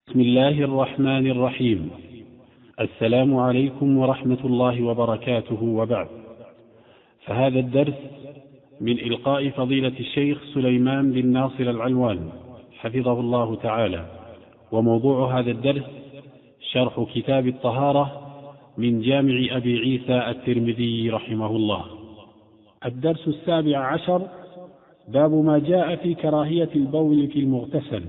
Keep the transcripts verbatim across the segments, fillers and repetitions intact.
بسم الله الرحمن الرحيم. السلام عليكم ورحمة الله وبركاته، وبعد. فهذا الدرس من إلقاء فضيلة الشيخ سليمان بن ناصر العلوان حفظه الله تعالى، وموضوع هذا الدرس شرح كتاب الطهارة من جامع أبي عيسى الترمذي رحمه الله. الدرس السابع عشر: باب ما جاء في كراهية البول في المغتسل.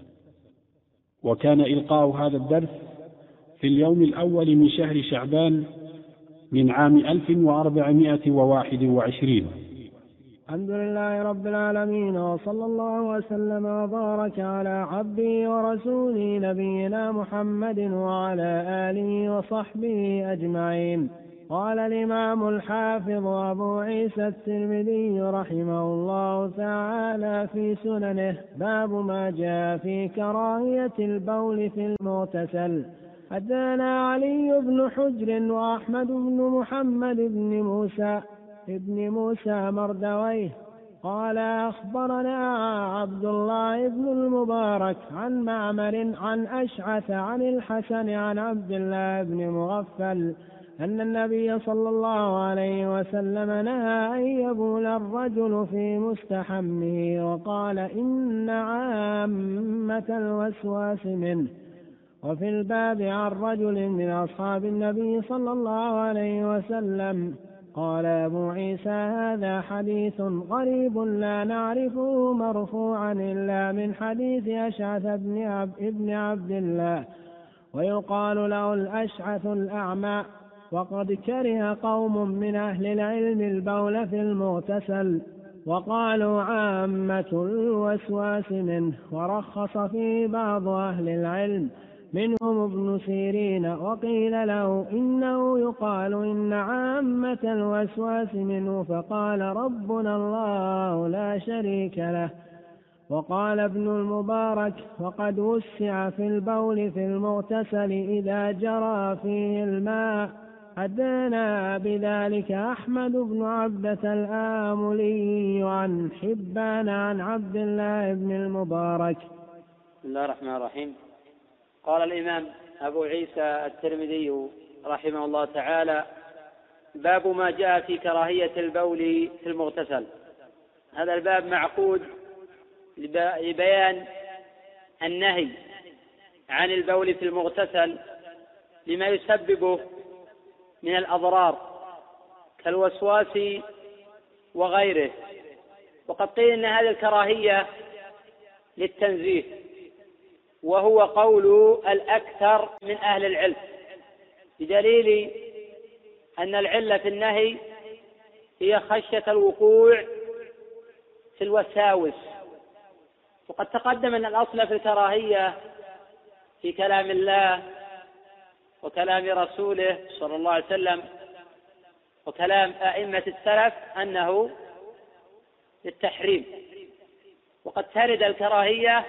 وكان إلقاء هذا الدرس في اليوم الأول من شهر شعبان من عام ألف وأربعمائة وواحد وعشرين. الحمد لله رب العالمين، وصلى الله وسلم وبارك على عبده ورسوله نبينا محمد وعلى آله وصحبه أجمعين. قال الإمام الحافظ أبو عيسى الترمذي رحمه الله تعالى في سننه: باب ما جاء في كراهية البول في المغتسل. حدثنا علي بن حجر وأحمد بن محمد بن موسى ابن موسى مردويه قال أخبرنا عبد الله بن المبارك عن معمر عن أشعث عن الحسن عن عبد الله بن مغفل أن النبي صلى الله عليه وسلم نهى أن يبول الرجل في مستحمه، وقال إن عامة الوسواس منه. وفي الباب عن رجل من أصحاب النبي صلى الله عليه وسلم. قال أبو عيسى: هذا حديث غريب لا نعرفه مرفوعا إلا من حديث أشعث بن عبد الله، ويقال له الأشعث الأعمى. وقد كره قوم من أهل العلم البول في المغتسل، وقالوا عامة الوسواس منه، ورخص فيه بعض أهل العلم منهم ابن سيرين، وقيل له إنه يقال إن عامة الوسواس منه، فقال ربنا الله لا شريك له. وقال ابن المبارك: وقد وسع في البول في المغتسل إذا جرى فيه الماء. حدثنا بذلك أحمد بن عبدة الآملي عن حبان عن عبد الله بن المبارك. بسم الله الرحمن الرحيم. قال الإمام أبو عيسى الترمذي رحمه الله تعالى: باب ما جاء في كراهية البول في المغتسل. هذا الباب معقود لبيان النهي عن البول في المغتسل لما يسببه من الأضرار كالوسواس وغيره. وقد قيل إن هذه الكراهية للتنزيه، وهو قول الأكثر من أهل العلم، بدليل أن العلة في النهي هي خشية الوقوع في الوساوس. وقد تقدم أن الأصل في الكراهية في كلام الله وكلام رسوله صلى الله عليه وسلم وكلام أئمة السلف أنه للتحريم. وقد ترد الكراهية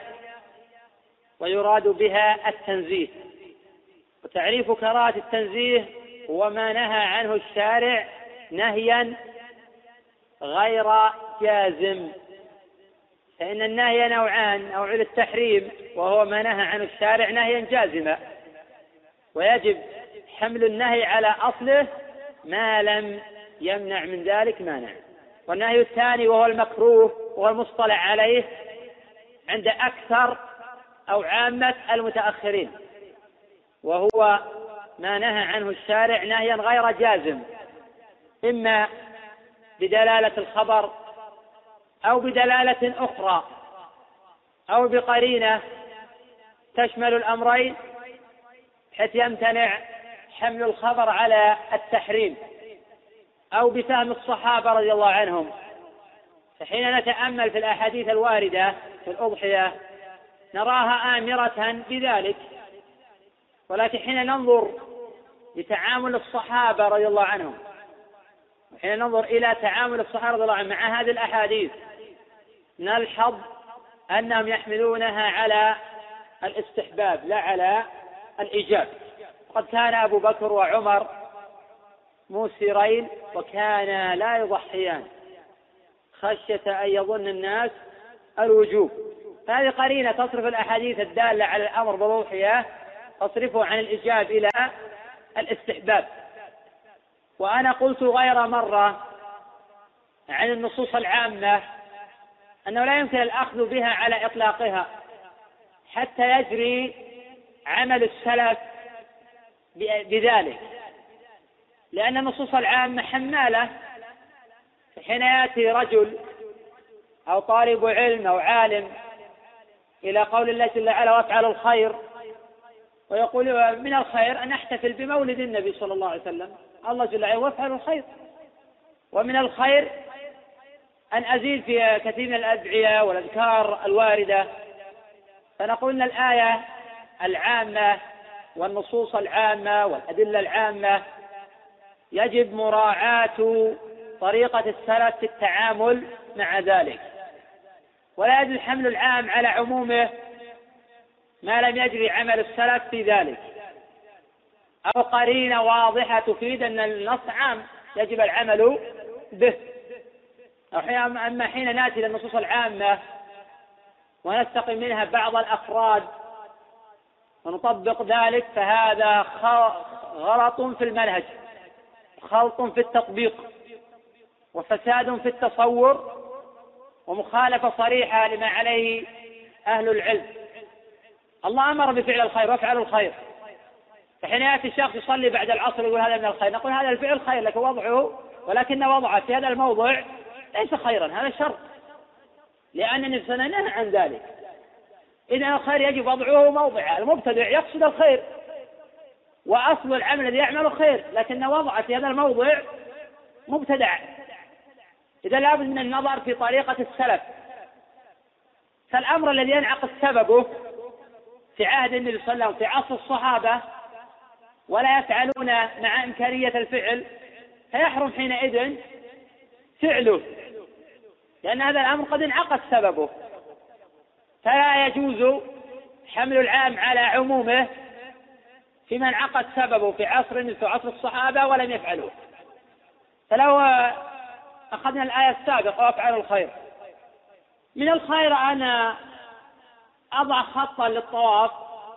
ويراد بها التنزيه. وتعريف كراهة التنزيه هو ما نهى عنه الشارع نهيا غير جازم. فإن النهي نوعان: نوع للتحريم وهو ما نهى عنه الشارع نهيا جازما، ويجب حمل النهي على أصله ما لم يمنع من ذلك مانع. والنهي الثاني وهو المكروه وهو المصطلح عليه عند أكثر أو عامة المتأخرين، وهو ما نهى عنه الشارع نهيا غير جازم، إما بدلالة الخبر أو بدلالة أخرى أو بقرينة تشمل الأمرين، حيث يمتنع حمل الخبر على التحريم، أو بفهم الصحابة رضي الله عنهم. فحين نتأمل في الأحاديث الواردة في الأضحية نراها آمرة بذلك، ولكن حين ننظر لتعامل الصحابة رضي الله عنهم، وحين ننظر إلى تعامل الصحابة رضي الله عنهم مع هذه الأحاديث نلحظ أنهم يحملونها على الاستحباب لا على الإيجاب. قد كان أبو بكر وعمر موسرين وكانا لا يضحيان خشية أن يظن الناس الوجوب، هذه قرينة تصرف الأحاديث الدالة على الأمر بالأضحية تصرفه عن الإيجاب إلى الاستحباب. وأنا قلت غير مرة عن النصوص العامة أنه لا يمكن الأخذ بها على إطلاقها حتى يجري عمل السلف بذلك، لأن النصوص العامة حمالة. حين يأتي رجل أو طالب علم أو عالم إلى قول الله جل وعلا وافعل الخير، ويقول من الخير أن أحتفل بمولد النبي صلى الله عليه وسلم، الله جل وعلا وافعل الخير، ومن الخير أن أزيد في كثير من الأدعية والأذكار الواردة. فنقول أن الآية العامة والنصوص العامة والأدلة العامة يجب مراعاة طريقة السلف في التعامل مع ذلك، ولا يجوز حمل العام على عمومه ما لم يجري عمل السلف في ذلك، أو قرينة واضحة تفيد أن النص عام يجب العمل به. أما حين نأتي للنصوص العامة ونستقي منها بعض الأفراد ونطبق ذلك فهذا غلط في المنهج، خلط في التطبيق، وفساد في التصور، ومخالفة صريحة لما عليه أهل العلم. الله أمر بفعل الخير وافعلوا الخير، فحين يأتي الشخص يصلي بعد العصر يقول هذا من الخير، نقول هذا الفعل خير لك وضعه، ولكن وضعه في هذا الموضع ليس خيرا، هذا شر، لأن النبي صلى الله عليه وسلم نهى عن ذلك. إذن الخير يجب وضعه موضعه. المبتدع يقصد الخير وأصل العمل الذي يعمل خير، لكن وضعه في هذا الموضع مبتدع. إذا لابد من النظر في طريقة السلف. فالأمر الذي ينعقد سببه في عهد النبي صلى الله عليه وسلم في عصر الصحابة ولا يفعلون مع إمكانية الفعل، فيحرم حينئذ فعله، لأن هذا الأمر قد انعقد سببه. فلا يجوز حمل العام على عمومه فيما انعقد سببه في عصر في عصر الصحابة ولم يفعلوه. فلو أخذنا الآية السابقة وافعلوا الخير، من الخير أن أضع خطا للطواف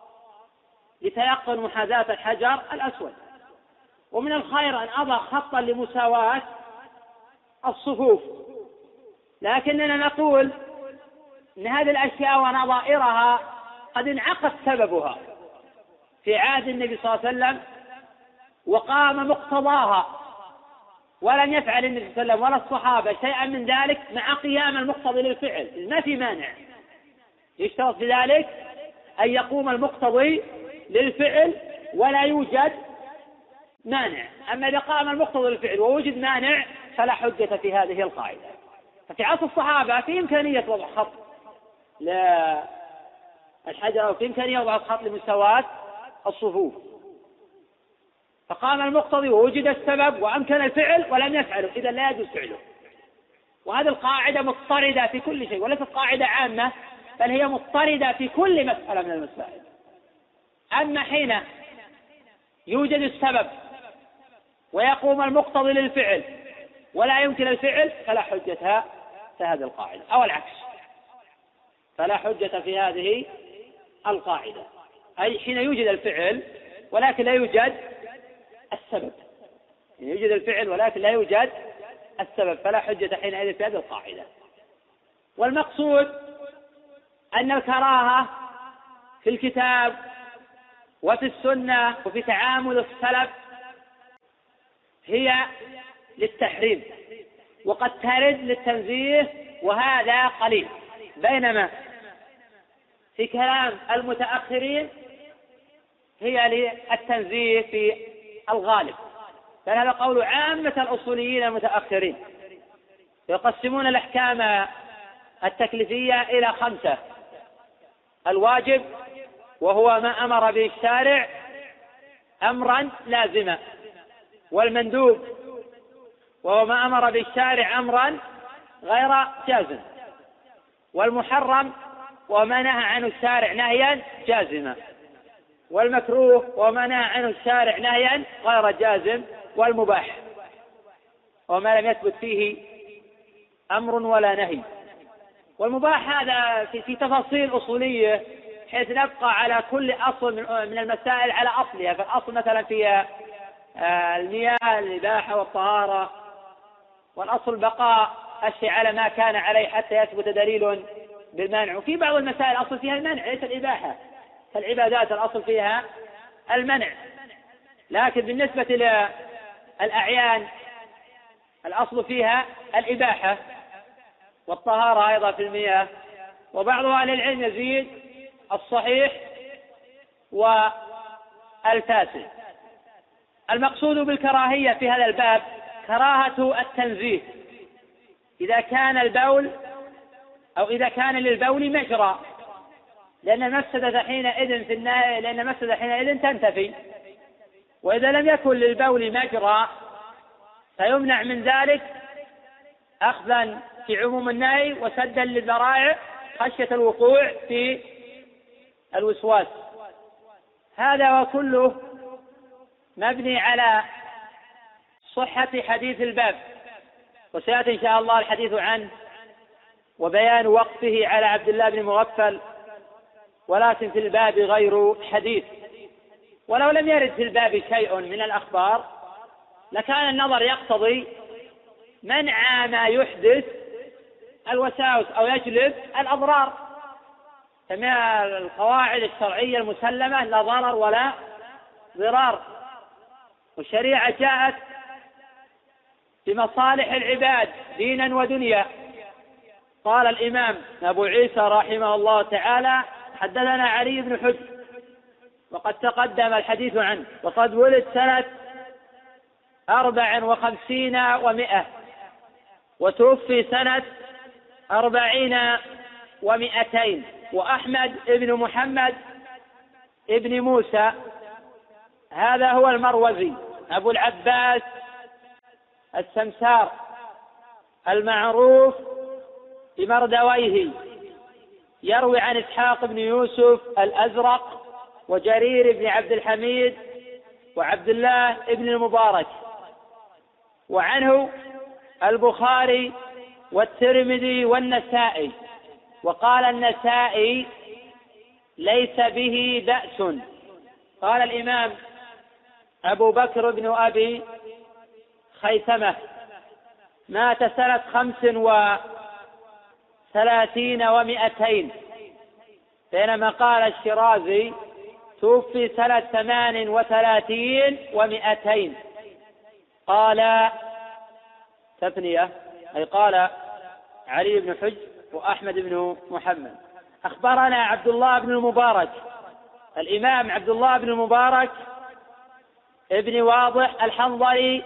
لتيقن محاذاة الحجر الأسود، ومن الخير أن أضع خطا لمساواة الصفوف. لكننا نقول أن هذه الأشياء ونظائرها قد انعقد سببها في عهد النبي صلى الله عليه وسلم وقام مقتضاها، ولم يفعل النبي صلى الله عليه وسلم ولا الصحابة شيئا من ذلك مع قيام المقتضي للفعل. ما في مانع، يشترط في ذلك أن يقوم المقتضي للفعل ولا يوجد مانع. أما إذا قام المقتضي للفعل ووجد مانع فلا حجة في هذه القاعدة. ففي عصر الصحابة في إمكانية وضع خط للحجر أو في إمكانية وضع خط لمساواة الصفوف، فقام المقتضي ووجد السبب وأمكن الفعل ولم يفعله، إذا لا يجوز فعله. وهذه القاعدة مضطردة في كل شيء، وليست قاعدة عامة، بل هي مضطردة في كل مسألة من المسائل. أما حين يوجد السبب ويقوم المقتضي للفعل ولا يمكن الفعل فلا حجة في هذه القاعدة، أو العكس، فلا حجة في هذه القاعدة، أي حين يوجد الفعل ولكن لا يوجد السبب، يعني يوجد الفعل ولكن لا يوجد السبب فلا حجة حينئذ في هذه القاعدة. والمقصود أن الكراهة في الكتاب وفي السنة وفي تعامل السلف هي للتحريم، وقد ترد للتنزيه، وهذا قليل، بينما في كلام المتأخرين هي للتنزيه في الغالب. فهذا قول عامة الأصوليين المتأخرين، يقسمون الأحكام التكليفية إلى خمسة: الواجب وهو ما أمر به الشارع أمرا لازما، والمندوب وهو ما أمر به الشارع أمرا غير جازم، والمحرم وما نهى عنه الشارع نهيا جازما، والمكروه وما نهى عنه الشارع نهيا غير جازم، والمباح وما لم يثبت فيه أمر ولا نهي. والمباح هذا في, في تفاصيل أصولية حيث نبقى على كل أصل من المسائل على أصلها. فالأصل مثلا في المياه الإباحة والطهارة، والأصل بقاء الشيء على ما كان عليه حتى يثبت دليل بالمنع. وفي بعض المسائل الأصل فيها المنع ليس الإباحة، فالعبادات الأصل فيها المنع، لكن بالنسبة للأعيان الأصل فيها الإباحة، والطهارة أيضا في المياه. وبعض أهل العلم يزيد الصحيح والفاسد. المقصود بالكراهية في هذا الباب كراهة التنزيه، إذا كان البول أو إذا كان للبول مجرى، لأن المفسدة حينئذ في النهي لأن المفسدة حينئذ تنتفي. وإذا لم يكن للبول مجرى فيمنع من ذلك أخذا في عموم النهي وسدا للذرائع خشية الوقوع في الوسواس. هذا وكله مبني على صحة حديث الباب، وسيأتي إن شاء الله الحديث عنه وبيان وقفه على عبد الله بن مغفل، ولكن في الباب غير حديث. ولو لم يرد في الباب شيء من الأخبار لكان النظر يقتضي منع ما يحدث الوساوس أو يجلب الأضرار، فمن القواعد الشرعية المسلمة لا ضرر ولا ضرار، والشريعة جاءت بمصالح العباد دينا ودنيا. قال الإمام أبو عيسى رحمه الله تعالى: حدثنا علي بن حجر، وقد تقدم الحديث عنه، وقد ولد سنة أربع وخمسين ومئة، وتوفي سنة أربعين ومئتين. وأحمد ابن محمد ابن موسى هذا هو المروزي أبو العباس السمسار المعروف بمردويه، يروي عن إسحاق بن يوسف الأزرق وجرير بن عبد الحميد وعبد الله بن المبارك. وعنه البخاري والترمذي والنسائي. وقال النسائي: ليس به بأس. قال الإمام أبو بكر بن أبي خيثمة مات سنة خمس وثلاثين ومئتين، بينما قال الشرازي توفي سنة ثمان وثلاثين ومئتين. قال تثنية، أي قال علي بن حجر وأحمد بن محمد. أخبرنا عبد الله بن المبارك، الإمام عبد الله بن المبارك ابن واضح الحنظلي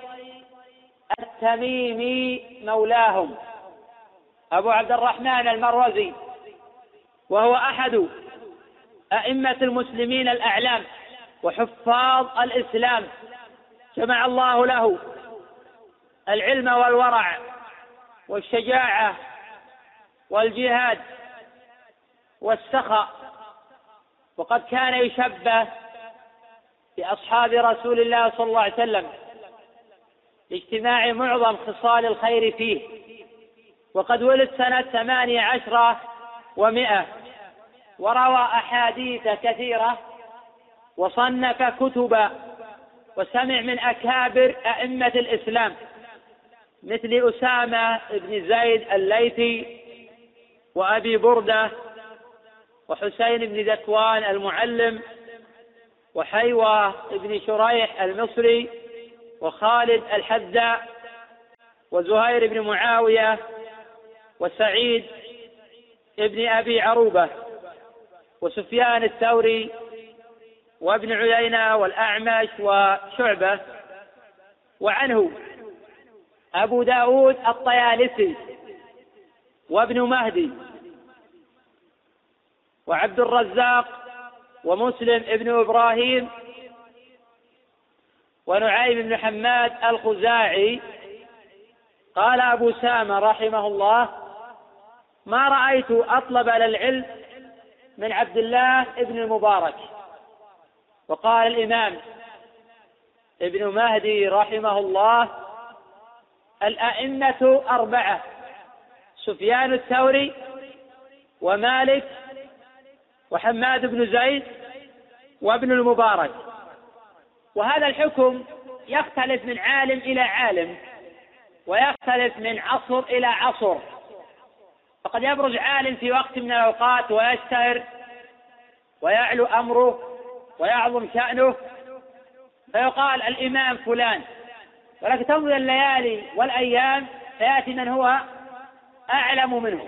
التميمي مولاهم، أبو عبد الرحمن المروزي، وهو أحد أئمة المسلمين الأعلام وحفاظ الإسلام، جمع الله له العلم والورع والشجاعة والجهاد والسخاء، وقد كان يشبه بأصحاب رسول الله صلى الله عليه وسلم لاجتماع معظم خصال الخير فيه. وقد ولد سنة ثمانية عشر ومئة، وروى أحاديث كثيرة وصنف كتبا، وسمع من أكابر أئمة الإسلام مثل أسامة بن زيد الليثي وأبي بردة وحسين بن ذكوان المعلم وحيوة بن شريح المصري وخالد الحذاء وزهير بن معاوية وسعيد بن أبي عروبة وسفيان الثوري وابن عيينة والأعمش وشعبة. وعنه أبو داود الطيالسي وابن مهدي وعبد الرزاق ومسلم ابن إبراهيم ونعيم بن حماد الخزاعي. قال أبو سامة رحمه الله: ما رأيت أطلب للعلم من عبد الله ابن المبارك. وقال الإمام ابن مهدي رحمه الله: الأئمة أربعة: سفيان الثوري ومالك وحماد بن زيد وابن المبارك. وهذا الحكم يختلف من عالم إلى عالم، ويختلف من عصر إلى عصر، فقد يبرز عالم في وقت من الأوقات ويشتهر ويعلو أمره ويعظم شأنه فيقال الإمام فلان، ولكن تمضي الليالي والأيام فيأتي من هو أعلم منه.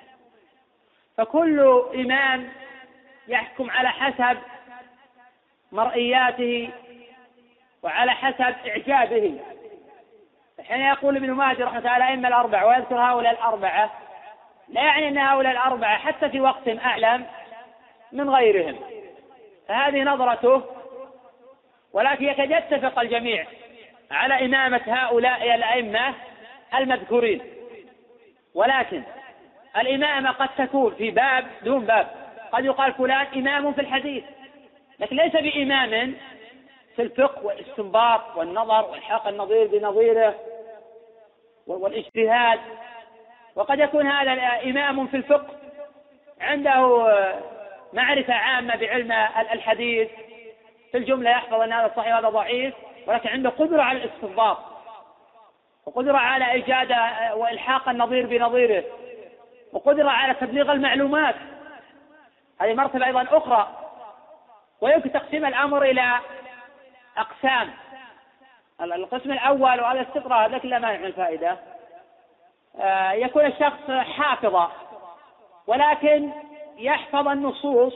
فكل إمام يحكم على حسب مرئياته وعلى حسب إعجابه. حين يقول ابن ماجه رحمه الله الأئمة الأربعة ويذكر هؤلاء الأربعة، لا يعني أن هؤلاء الأربعة حتى في وقت أعلم من غيرهم، فهذه نظرته، ولكن يكاد يتفق الجميع على إمامة هؤلاء الأئمة المذكورين. ولكن الإمامة قد تكون في باب دون باب، قد يقال فلان إمام في الحديث لكن ليس بإمام في الفقه والاستنباط والنظر والحق النظير بنظيره والاجتهاد. وقد يكون هذا إمام في الفقه عنده معرفة عامة بعلم الحديث، في الجملة يحفظ أن هذا صحيح وهذا ضعيف، ولكن عنده قدرة على الاستنباط وقدرة على إيجاد وإلحاق النظير بنظيره وقدرة على تبليغ المعلومات، هذه مرتبة أيضا أخرى. ويمكن تقسيم الأمر إلى أقسام. القسم الأول وهذا استطراد لكن لا مانع من الفائدة، يكون الشخص حافظا ولكن يحفظ النصوص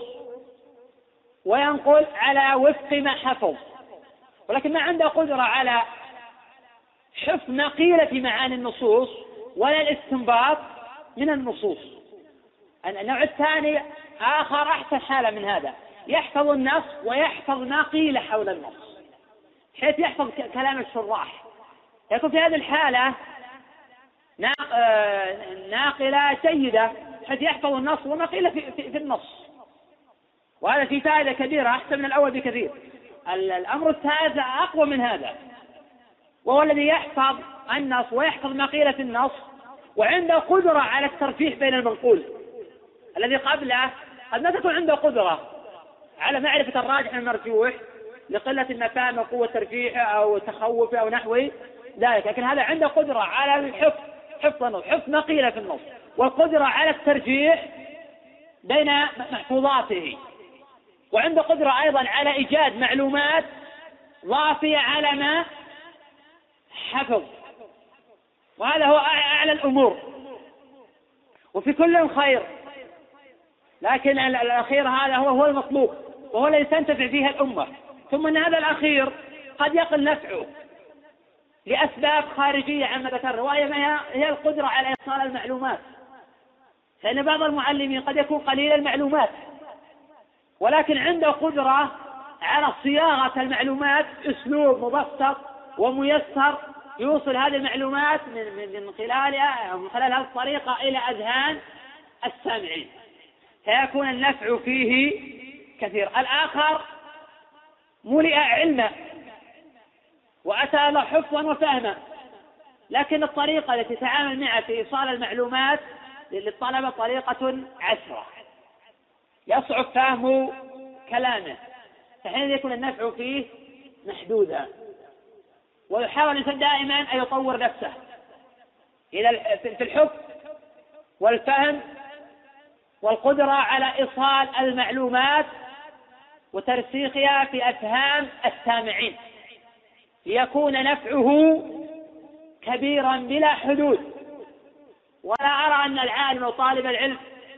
وينقل على وفق ما حفظ، ولكن ما عنده قدرة على حفظ نقيلة معاني النصوص ولا الاستنباط من النصوص. النوع الثاني آخر أحسن حالة من هذا، يحفظ النص ويحفظ نقيلة حول النص حيث يحفظ كلام الشراح، يكون في هذه الحالة ناقلة جيدة حيث يحفظ النص ونقيلة في, في, في النص، وهذا في فائدة كبيرة أحسن من الأول بكثير. الأمر الثالث أقوى من هذا، وهو الذي يحفظ النص ويحفظ نقيلة النص وعنده قدرة على الترجيح بين المنقول. الذي قبله قد لا تكون عنده قدرة على معرفة الراجح من المرجوح لقلة المكان وقوة ترجيحه أو تخوفه أو نحو ذلك، لكن هذا عنده قدرة على الحفظ حفظ النص، حفظ نقيلة في النص، والقدرة على الترجيح بين محفوظاته، وعنده قدرة أيضا على إيجاد معلومات ضافية على ما حفظ، وهذا هو أعلى الأمور. وفي كل خير، لكن الأخير هذا هو هو المطلوب وهو الذي تنتفع فيها الأمة. ثم أن هذا الأخير قد يقل نفعه لأسباب خارجية عما ذكرنا، وهي ما هي القدرة على إيصال المعلومات، لأن بعض المعلمين قد يكون قليل المعلومات ولكن عنده قدرة على صياغة المعلومات أسلوب مبسط وميسر يوصل هذه المعلومات من من خلالها من خلال هذه الطريقة إلى أذهان السامعين، فيكون النفع فيه كثير. الآخر ملئ علما وأتى له حفظا وفهما، لكن الطريقة التي تتعامل معها في إيصال المعلومات للطلبة طريقة عسرة يصعب فهم كلامه، فحين يكون النفع فيه محدودا. ويحاول الإنسان دائما أن يطور نفسه إلى في الحفظ والفهم والقدرة على إيصال المعلومات وترسيخها في أفهام السامعين ليكون نفعه كبيرا بلا حدود. ولا أرى أن العالم أو طالب العلم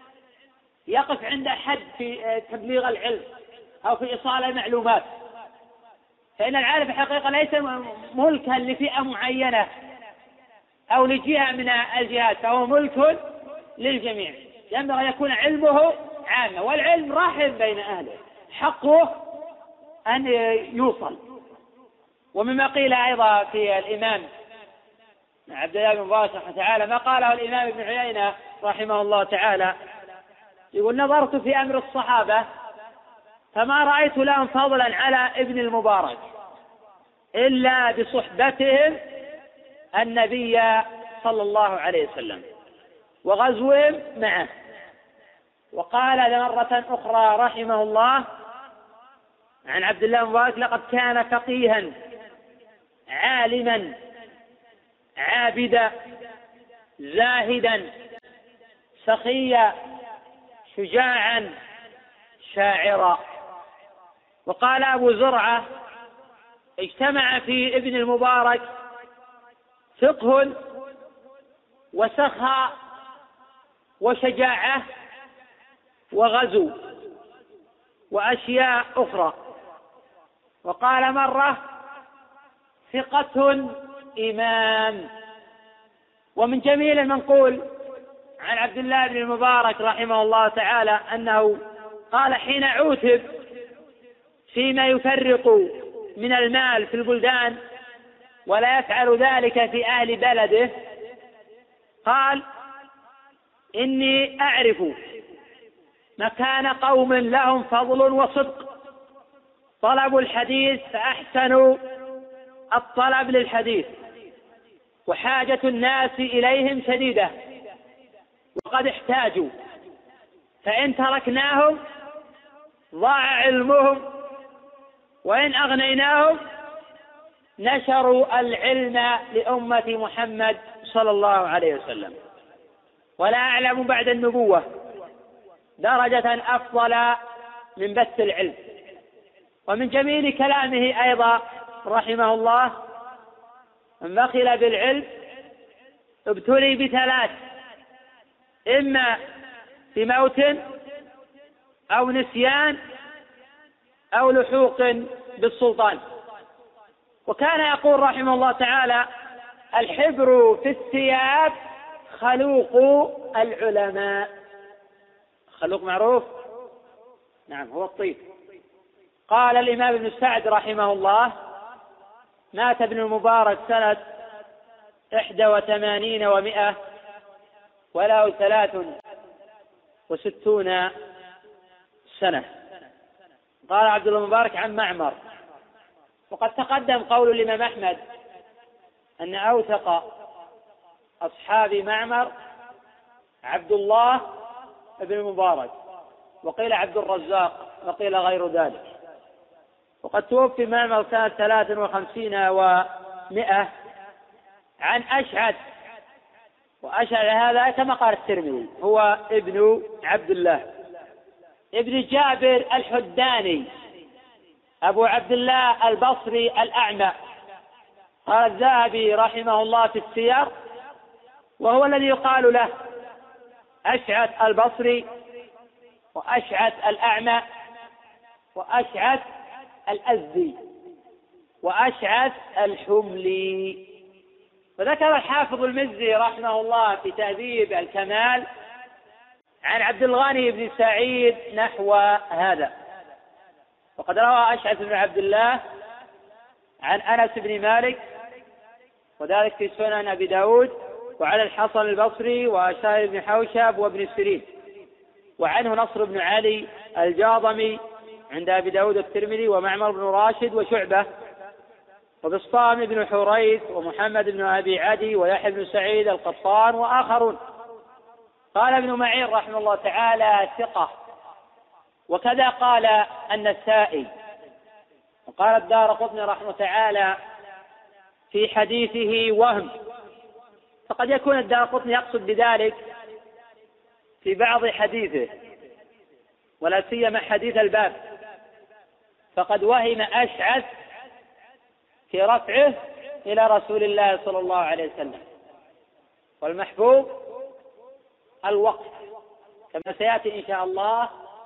يقف عند حد في تبليغ العلم أو في إيصال المعلومات، فإن العالم في الحقيقة ليس ملكا لفئة معينة أو لجهة من الجهات، فهو ملك للجميع، ينبغي أن يكون علمه عامة، والعلم راحم بين أهله، حقه أن يوصل. ومما قيل أيضا في الإمام عبد الله بن مبارك رحمه تعالى ما قاله الإمام ابن عيينة رحمه الله تعالى، يقول: نظرت في أمر الصحابة فما رأيت لهم فضلا على ابن المبارك إلا بصحبتهم النبي صلى الله عليه وسلم وغزوهم معه. وقال مرة أخرى رحمه الله عن عبد الله المبارك: لقد كان فقيها عالما عابدا زاهدا سخيا شجاعا شاعرا. وقال أبو زرعة: اجتمع في ابن المبارك فقه وسخاء وشجاعة وغزو وأشياء أخرى. وقال مرة: ثقة إمام. ومن جميل المنقول عن عبد الله بن المبارك رحمه الله تعالى أنه قال حين عوتب فيما يفرق من المال في البلدان ولا يفعل ذلك في أهل بلده، قال: إني أعرف مكان قوم لهم فضل وصدق، طلبوا الحديث فأحسنوا الطلب للحديث، وحاجة الناس إليهم شديدة، وقد احتاجوا، فإن تركناهم ضاع علمهم، وإن أغنيناهم نشروا العلم لأمة محمد صلى الله عليه وسلم. ولا أعلم بعد النبوة درجة أفضل من بث العلم. ومن جميل كلامه أيضا رحمه الله: من بخل بالعلم ابتلي بثلاث: إما بموت أو نسيان أو لحوق بالسلطان. وكان يقول رحمه الله تعالى: الحبر في الثياب خلوق العلماء. خلوق معروف؟ نعم، هو الطيب. قال الإمام ابن سعد رحمه الله: مات ابن المبارك سنة إحدى وثمانين ومائة وله ثلاث وستون سنة. قال عبد الله المبارك عن معمر. وقد تقدم قول الإمام أحمد أن أوثق أصحاب معمر عبد الله بن المبارك، وقيل عبد الرزاق، وقيل غير ذلك. وقد توفي معمر سنة ثلاث وخمسين ومائة عن أشعث، وأشعث هذا كما قال الترمذي هو ابن عبد الله ابن جابر الحداني أبو عبد الله البصري الأعمى. قال الذهبي رحمه الله في السير: وهو الذي يقال له أشعث البصري، وأشعث الأعمى، وأشعث الأزدي، وأشعث الحملي. وذكر الحافظ المزي رحمه الله في تهذيب الكمال عن عبد الغني بن سعيد نحو هذا. وقد روى أشعث بن عبد الله عن أنس بن مالك، وذلك في سنن أبي داود، وعن الحسن البصري وأشعث بن حوشب وابن سيرين، وعنه نصر بن علي الجاضمي عند أبي داود الترمذي، ومعمر بن راشد وشعبة، وبسطام بن حريث، ومحمد بن أبي عدي، ويحيى بن سعيد القطان وآخرون. قال ابن معين رحمه الله تعالى: ثقة. وكذا قال النسائي. وقال الدارقطني رحمه الله تعالى في حديثه: وهم. فقد يكون الدارقطني يقصد بذلك في بعض حديثه، ولا سيما حديث الباب، فقد وهم أشعث في رفعه إلى رسول الله صلى الله عليه وسلم. والمحبوب الوقف، كما سيأتي إن شاء الله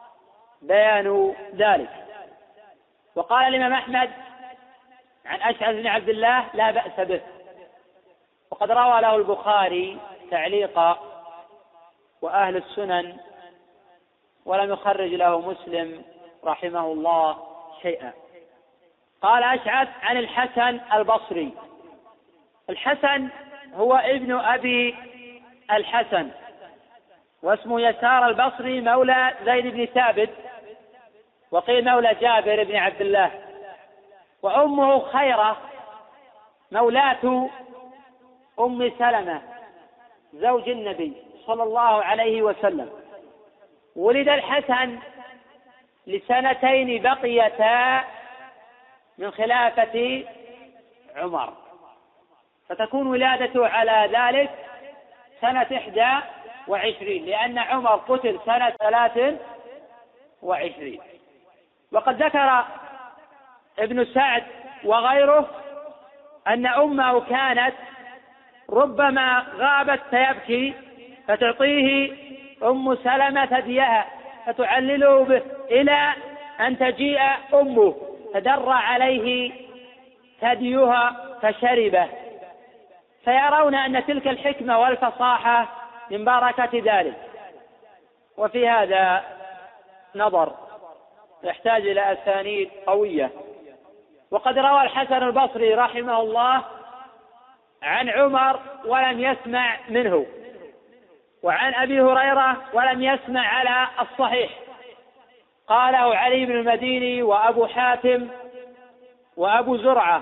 بيان ذلك. وقال الإمام أحمد عن أشعث بن عبد الله: لا بأس به. وقد روى له البخاري تعليقا وأهل السنن، ولم يخرج له مسلم رحمه الله شيئا. قال أشعث عن الحسن البصري. الحسن هو ابن أبي الحسن، واسمه يسار البصري، مولى زيد بن ثابت، وقيل مولى جابر بن عبد الله. وأمه خيرة مولاة أم سلمة زوج النبي صلى الله عليه وسلم. ولد الحسن لسنتين بقيتا من خلافة عمر، فتكون ولادته على ذلك سنة إحدى وعشرين، لأن عمر قتل سنة ثلاث وعشرين. وقد ذكر ابن سعد وغيره أن أمه كانت ربما غابت فيبكي فتعطيه أم سلمة ثديها فتعلله به إلى أن تجيء أمه فدر عليه ثديها فشربه، فيرون أن تلك الحكمة والفصاحة من بركة ذلك. وفي هذا نظر يحتاج إلى أسانيد قوية. وقد روى الحسن البصري رحمه الله عن عمر ولم يسمع منه، وعن أبي هريرة ولم يسمع على الصحيح، قاله علي بن المديني وأبو حاتم وأبو زرعة.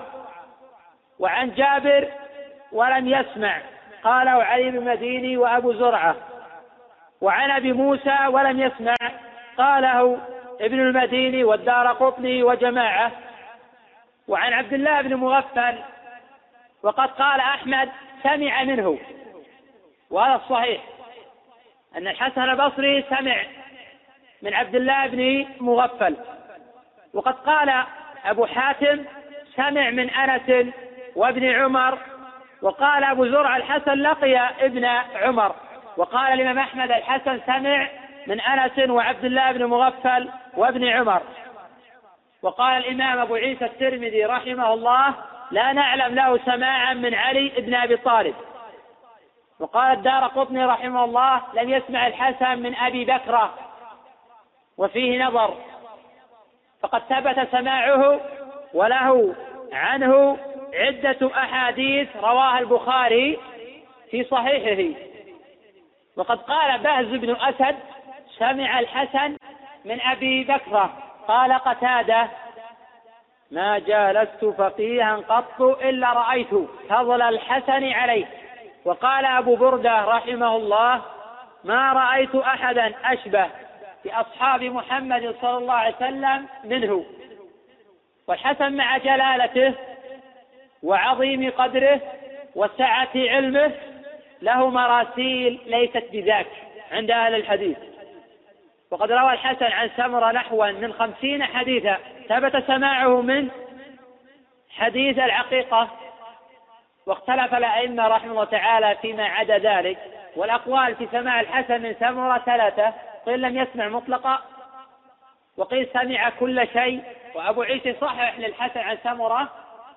وعن جابر ولم يسمع، قاله علي بن المديني وأبو زرعة. وعن أبي موسى ولم يسمع، قاله ابن المديني والدارقطني وجماعة. وعن عبد الله بن مغفل وقد قال أحمد سمع منه، وهذا الصحيح أن الحسن البصري سمع من عبد الله بن مغفل. وقد قال أبو حاتم سمع من أنس وابن عمر. وقال أبو زرع الحسن لقي ابن عمر. وقال الإمام أحمد الحسن سمع من أنس وعبد الله بن مغفل وابن عمر. وقال الإمام أبو عيسى الترمذي رحمه الله لا نعلم له سماعا من علي بن أبي طالب. وقال الدارقطني رحمه الله لم يسمع الحسن من أبي بكر، وفيه نظر، فقد ثبت سماعه وله عنه عدة أحاديث رواها البخاري في صحيحه. وقد قال بهز بن أسد سمع الحسن من أبي بكر. قال قتادة ما جالست فقيها قط إلا رأيت فضل الحسن عليه. وقال أبو بردة رحمه الله ما رأيت أحدا أشبه بأصحاب محمد صلى الله عليه وسلم منه. والحسن مع جلالته وعظيم قدره وسعة علمه له مراسيل ليست بذاك عند أهل الحديث. وقد روى الحسن عن سمرة نحوا من خمسين حديثا ثبت سماعه من حديث العقيقة. واختلف الأئمة رحمه الله تعالى فيما عدا ذلك، والأقوال في سماع الحسن من سمرة ثلاثة، قيل لم يسمع مطلقا، وقيل سمع كل شيء. وأبو عيسى صحح للحسن عن سمرة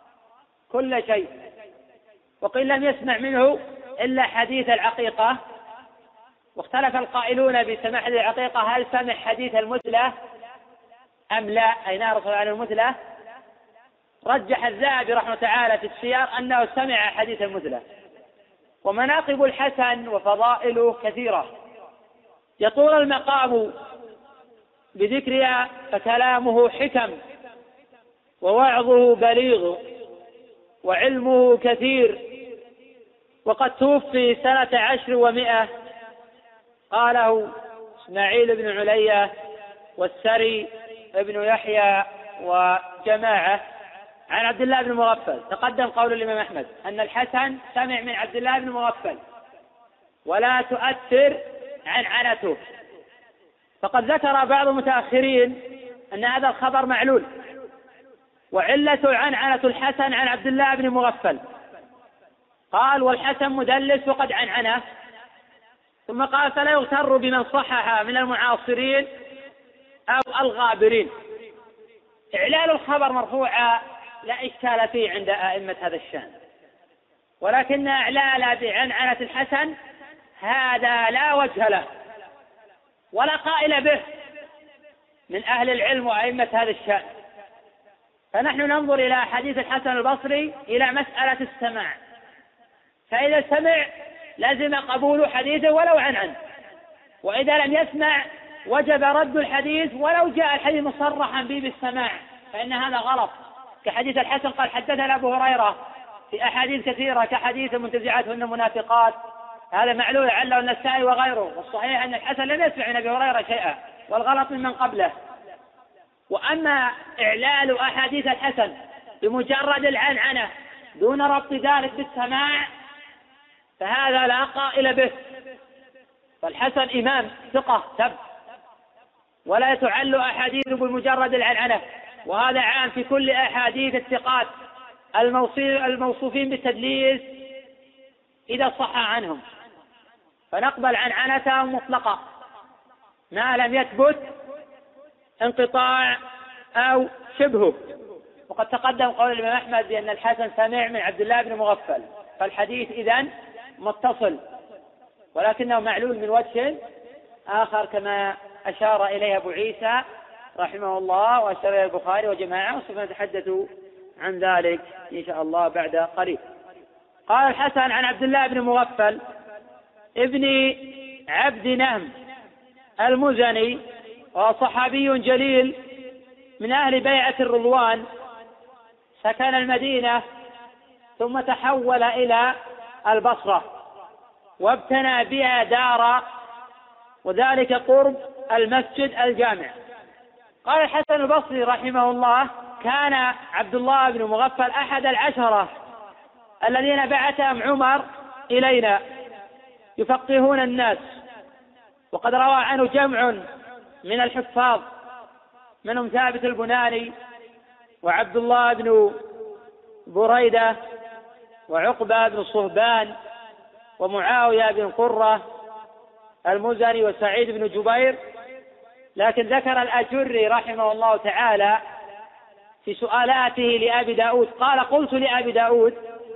كل شيء، وقيل لم يسمع منه إلا حديث العقيقة. واختلف القائلون بسماع حديث العقيقة هل سمع حديث المثلى أم لا، أي نعرف عن المثلى. رجح الذهبي رحمه تعالى في السير أنه سمع حديث المثلى. ومناقب الحسن وفضائله كثيرة يطول المقام بذكرها، فكلامه حكم ووعظه بليغ وعلمه كثير. وقد توفي سنة عشر ومئة، قاله إسماعيل بن علية والسري ابن يحيى وجماعة عن عبد الله بن مغفل. تقدم قول الإمام أحمد أن الحسن سمع من عبد الله بن مغفل ولا تؤثر عن عنته. فقد ذكر بعض المتأخرين أن هذا الخبر معلول، وعلة عنعنة الحسن عن عبد الله بن مغفل. قال والحسن مدلس وقد عنعنه، ثم قال فلا يغتر بمن صحح من المعاصرين أو الغابرين. إعلال الخبر مرفوعا لا إشكال فيه عند أئمة هذا الشأن، ولكن إعلال بعنعنة الحسن هذا لا وجه له ولا قائل به من أهل العلم وأئمة هذا الشأن. فنحن ننظر إلى حديث الحسن البصري إلى مسألة السماع، فإذا سمع لازم قبول حديثه ولو عن عن، وإذا لم يسمع وجب رد الحديث ولو جاء الحديث مصرحا به بالسماع، فإن هذا غلط. كحديث الحسن قال حدثنا أبو هريرة في أحاديث كثيرة كحديث المنتزعات هن منافقات، هذا معلول عله النسائي وغيره. والصحيح أن الحسن لم يسمع من أبي هريرة شيئا، والغلط ممن قبله. وأما إعلال أحاديث الحسن بمجرد العنعنة دون ربط ذلك بالسماع فهذا لا قائل به، فالحسن إمام ثقة ثبت، ولا تعل أحاديث بمجرد العنعنة، وهذا عام في كل أحاديث الثقات الموصوفين بالتدليس إذا صح عنهم، فنقبل عنعنتهم مطلقة ما لم يثبت انقطاع أو شبهه. وقد تقدم قول الإمام أحمد بأن الحسن سمع من عبد الله بن مغفل، فالحديث إذن متصل، ولكنه معلول من وجه آخر كما أشار إليه أبو عيسى رحمه الله وأشار إليه البخاري وجماعة، وسوف نتحدث عن ذلك إن شاء الله بعد قريب. قال الحسن عن عبد الله بن مغفل ابن عبد نهم المزني، وصحابي جليل من أهل بيعة الرضوان، سكن المدينة ثم تحول إلى البصرة وابتنى بها دارا، وذلك قرب المسجد الجامع. قال الحسن البصري رحمه الله: كان عبد الله بن مغفل أحد العشرة الذين بعثهم عمر إلينا يفقهون الناس، وقد روى عنه جمع من الحفاظ منهم ثابت البناني وعبد الله بن بريدة وعقبة بن صهبان ومعاوية بن قرة المزني وسعيد بن جبير. لكن ذكر الأجري رحمه الله تعالى في سؤالاته لأبي داود قال: قلت لأبي داود: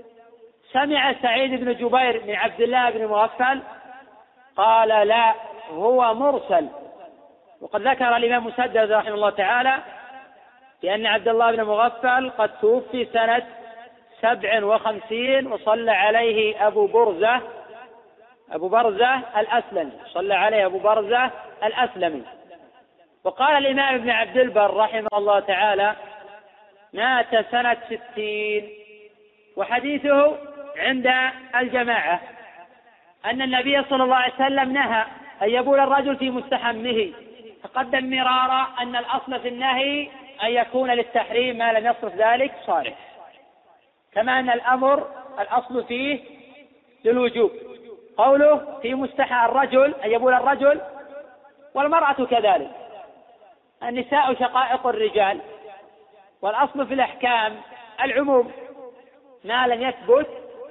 سمع سعيد بن جبير من عبد الله بن مغفل؟ قال: لا، هو مرسل. وقد ذكر الإمام مسدد رحمه الله تعالى بأن عبد الله بن مغفل قد توفي سنة سبع وخمسين وصلى عليه أبو برزة أبو برزة الأسلمي صلى عليه أبو برزة الأسلمي. وقال الإمام ابن عبد البر رحمه الله تعالى: مات سنة ستين، وحديثه عند الجماعة أن النبي صلى الله عليه وسلم نهى أن يبول الرجل في مستحمه. تقدم مرارا أن الأصل في النهي أن يكون للتحريم ما لم يصرف ذلك صارف، كما أن الأمر الأصل فيه للوجوب. قوله في مستحى الرجل أن يبول الرجل، والمرأة كذلك. النساء شقائق الرجال، والأصل في الأحكام العموم ما لم يثبت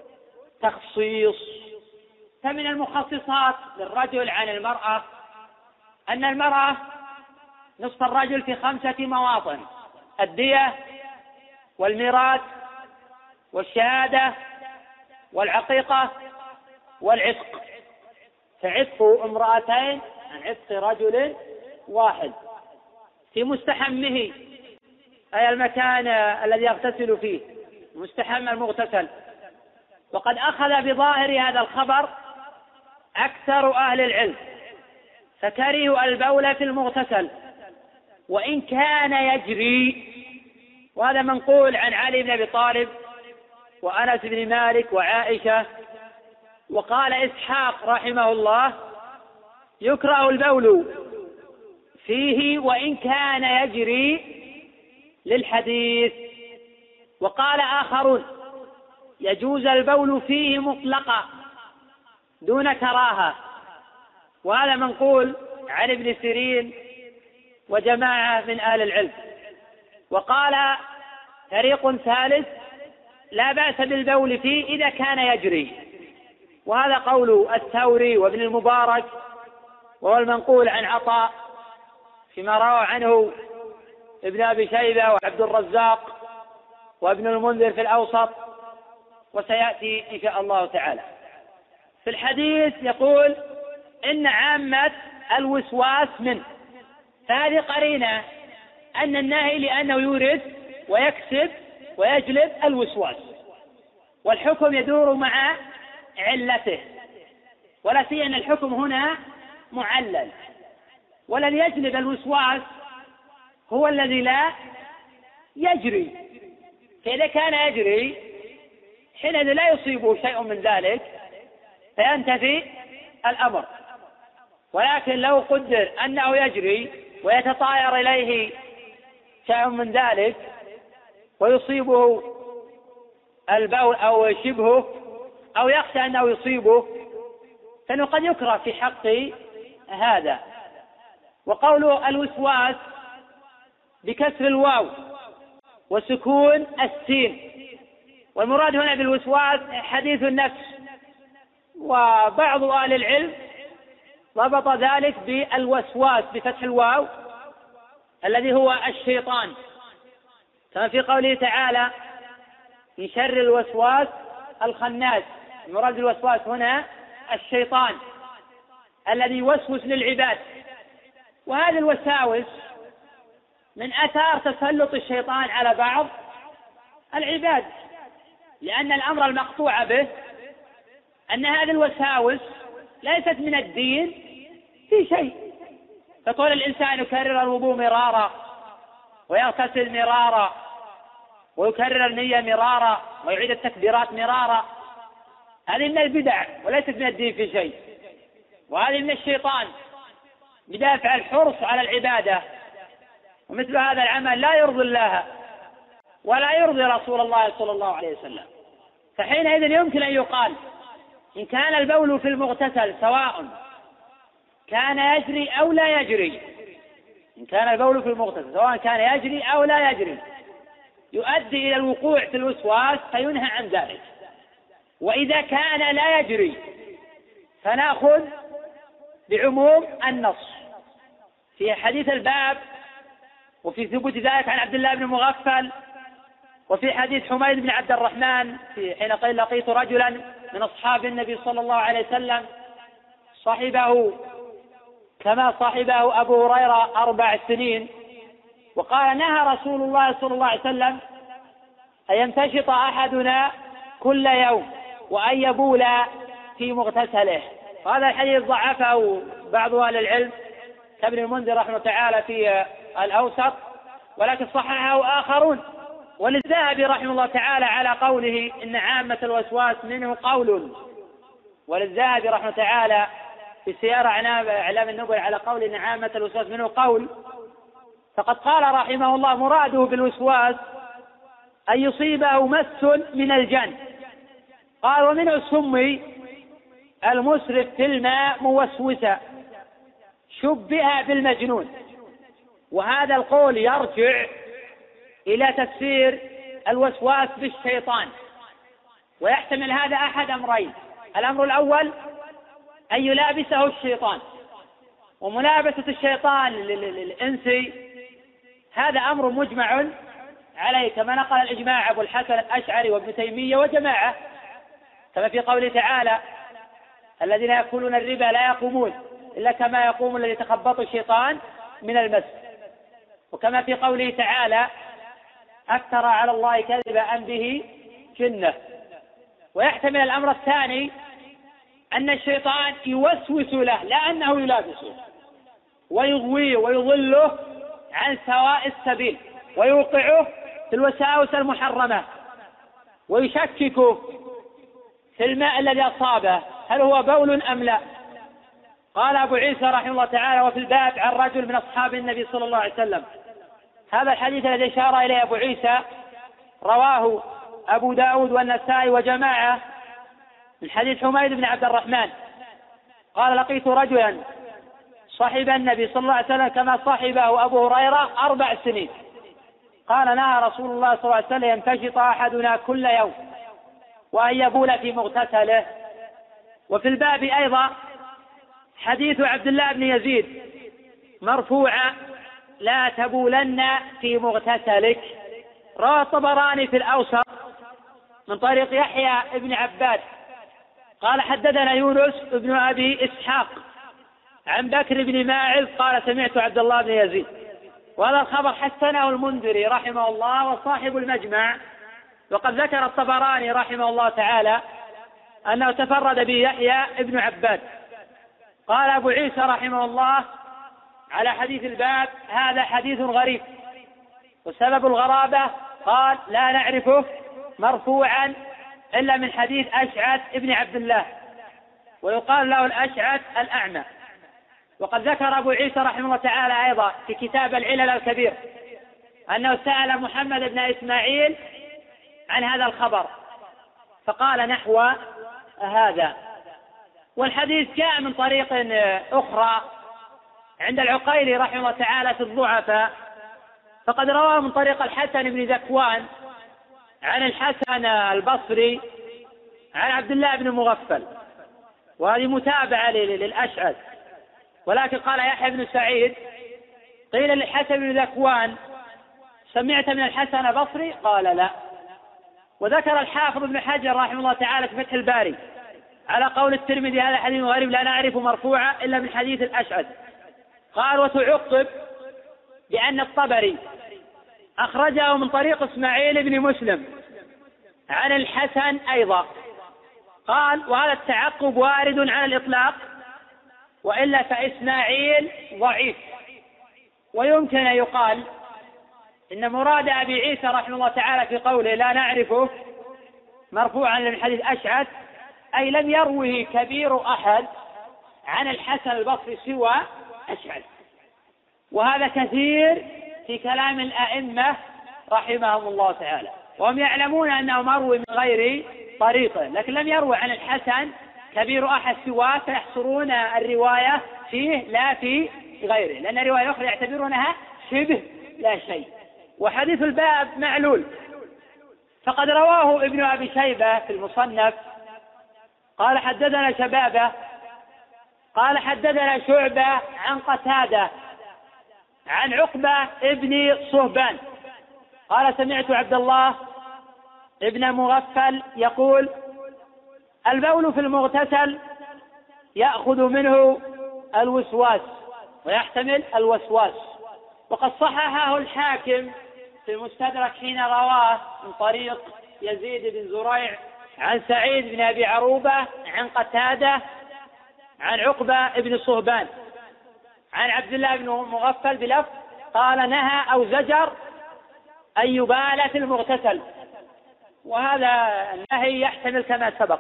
تخصيص. فمن المخصصات للرجل عن المرأة أن المرأة نصف الرجل في خمسة مواطن: الدية والميراث والشهادة والعقيقة والعتق. فعتق امرأتين عن عتق رجل واحد. في مستحمه أي المكان الذي يغتسل فيه، مستحم المغتسل. وقد أخذ بظاهر هذا الخبر أكثر أهل العلم، فكرهوا البول في المغتسل وإن كان يجري. وهذا منقول عن علي بن أبي طالب وأنس بن مالك وعائشة. وقال إسحاق رحمه الله: يكره البول فيه وإن كان يجري، للحديث. وقال آخرون: يجوز البول فيه مطلقا دون كراهة. وهذا منقول عن ابن سيرين وجماعة من أهل العلم. وقال فريق ثالث: لا بأس بالبول فيه إذا كان يجري. وهذا قول الثوري وابن المبارك، وهو المنقول عن عطاء فيما روى عنه ابن أبي شيبة وعبد الرزاق وابن المنذر في الأوسط، وسيأتي إن شاء الله تعالى. في الحديث يقول: إن عامة الوسواس منه. فهذه قرينة أن النهي لأنه يورد ويكسب ويجلب الوسواس، والحكم يدور مع علته، ولا سيما أن الحكم هنا معلل. ولن يجلب الوسواس هو الذي لا يجري، فإذا كان يجري حينئذ لا يصيبه شيء من ذلك، فينتفي الأمر. ولكن لو قدر أنه يجري ويتطاير إليه شيء من ذلك ويصيبه البول أو شبهه أو يخشى أنه يصيبه فإنه قد يكره في حق هذا. وقول الوسواس بكسر الواو وسكون السين، والمراد هنا بالوسواس حديث النفس، وبعض أهل العلم ضبط ذلك بالوسواس بفتح الواو الذي هو الشيطان، كما في قوله تعالى من شر الوسواس الخناس. المراد بالوسواس هنا الشيطان الذي يوسوس للعباد. وهذه الوساوس من أثار تسلط الشيطان على بعض العباد، لأن الأمر المقطوع به أن هذه الوساوس ليست من الدين في شيء. فكون الإنسان يكرر الوضوء مرارا ويغتسل مرارا ويكرر النية مرارا ويعيد التكبيرات مرارا، هذه من البدع وليست من الدين في شيء، وهذه من الشيطان بدافع الحرص على العبادة. ومثل هذا العمل لا يرضي الله ولا يرضي رسول الله صلى الله عليه وسلم. فحينئذ يمكن أن يقال إن كان البول في المغتسل سواء كان يجري أو لا يجري، إن كان البول في المغتسل سواء كان يجري أو لا يجري يؤدي إلى الوقوع في الوسواس فينهى عن ذلك. وإذا كان لا يجري فنأخذ بعموم النص في حديث الباب وفي ثبوت ذلك عن عبد الله بن مغفل، وفي حديث حميد بن عبد الرحمن في حين قال لقيت رجلا من أصحاب النبي صلى الله عليه وسلم صاحبه كما صاحبه أبو هريرة أربع سنين، وقال نهى رسول الله صلى الله عليه وسلم أن يمتشط أحدنا كل يوم وأن يبول في مغتسله. وهذا الحديث ضعفه بعض أهل العلم كابن المنذر رحمه تعالى في الأوسط، ولكن صححه آخرون. وللذهبي رحمه الله تعالى على قوله إن عامة الوسواس منه قول، وللذهبي رحمه تعالى في سير أعلام النبوة على قول إن عامة الوسواس منه قول، فقد قال رحمه الله مراده بالوسواس أن يصيبه مس من الجن. قال ومنه سمي المسرف في الماء موسوسا شبه بالمجنون. وهذا القول يرجع إلى تفسير الوسواس بالشيطان، ويحتمل هذا أحد أمرين: الأمر الأول أن يلابسه الشيطان، وملابسة الشيطان للإنسي هذا أمر مجمع عليه كما نقل الإجماع أبو الحسن الأشعري وابن تيمية وجماعة، كما في قوله تعالى الذين يأكلون الربا لا يقومون إلا كما يقوم الذي يتخبط الشيطان من المس، وكما في قوله تعالى أفترى على الله كذبا أم به جنة. ويحتمل الأمر الثاني أن الشيطان يوسوس له لا أنه يلابسه ويغويه ويضله عن سواء السبيل ويوقعه في الوساوس المحرمة ويشككه في الماء الذي أصابه هل هو بول أم لا. قال أبو عيسى رحمه الله تعالى وفي الباب عن رجل من أصحاب النبي صلى الله عليه وسلم. هذا الحديث الذي أشار إليه أبو عيسى رواه أبو داود والنسائي وجماعة من حديث حميد بن عبد الرحمن قال لقيت رجلا صاحب النبي صلى الله عليه وسلم كما صاحبه أبو هريرة أربع سنين. قال نهى رسول الله صلى الله عليه وسلم يمتشط أحدنا كل يوم وأن يبول في مغتسله. وفي الباب أيضا حديث عبد الله بن يزيد مرفوعا لا تبولن في مغتسلك. روى الطبراني في الأوسط من طريق يحيى بن عباد قال حدثنا يونس بن أبي إسحاق عن بكر بن ماعز قال سمعت عبد الله بن يزيد. وهذا الخبر حسنه المنذري رحمه الله وصاحب المجمع، وقد ذكر الطبراني رحمه الله تعالى أنه تفرد به يحيى بن عباد. قال أبو عيسى رحمه الله على حديث الباب هذا حديث غريب، وسبب الغرابة قال لا نعرفه مرفوعا إلا من حديث أشعث بن عبد الله، ويقال له الأشعث الأعمى. وقد ذكر أبو عيسى رحمه الله تعالى أيضا في كتاب العلل الكبير أنه سأل محمد بن إسماعيل عن هذا الخبر فقال نحو هذا. والحديث جاء من طريق أخرى عند العقيلي رحمه الله تعالى في الضعفاء، فقد رواه من طريق الحسن بن ذكوان عن الحسن البصري عن عبد الله بن مغفل، وهذه متابعة للأشعث. ولكن قال يحيى بن سعيد قيل للحسن بن ذكوان سمعت من الحسن البصري؟ قال لا. وذكر الحافظ ابن حجر رحمه الله تعالى في فتح الباري على قول الترمذي هذا حديث غريب لا نعرف مرفوعا إلا من حديث الأشعث. قال وتعقب بأن الطبري أخرجه من طريق إسماعيل بن مسلم عن الحسن أيضا. قال وهذا التعقب وارد على الإطلاق، وإلا فإسماعيل ضعيف. ويمكن أن يقال إن مراد أبي عيسى رحمه الله تعالى في قوله لا نعرفه مرفوعا من حديث أشعث أي لم يروه كبير أحد عن الحسن البصري سوى أشعث. وهذا كثير في كلام الأئمة رحمهم الله تعالى، وهم يعلمون أنه مروي من غير طريقه، لكن لم يروي عن الحسن كبير أحد سواه، فيحصرون الرواية فيه لا في غيره، لأن الرواية الأخرى يعتبرونها شبه لا شيء. وحديث الباب معلول، فقد رواه ابن أبي شيبة في المصنف قال حدثنا شبابة قال حدثنا شعبة عن قتادة عن عقبة ابن صهبان قال سمعت عبد الله ابن مغفل يقول البول في المغتسل يأخذ منه الوسواس ويحتمل الوسواس. وقد صححه الحاكم في المستدرك حين رواه من طريق يزيد بن زريع عن سعيد بن أبي عروبة عن قتادة عن عقبة ابن صهبان عن عبد الله بن مغفل بلفظ قال نهى أو زجر أن يبال في المغتسل. وهذا النهي يحتمل كما سبق،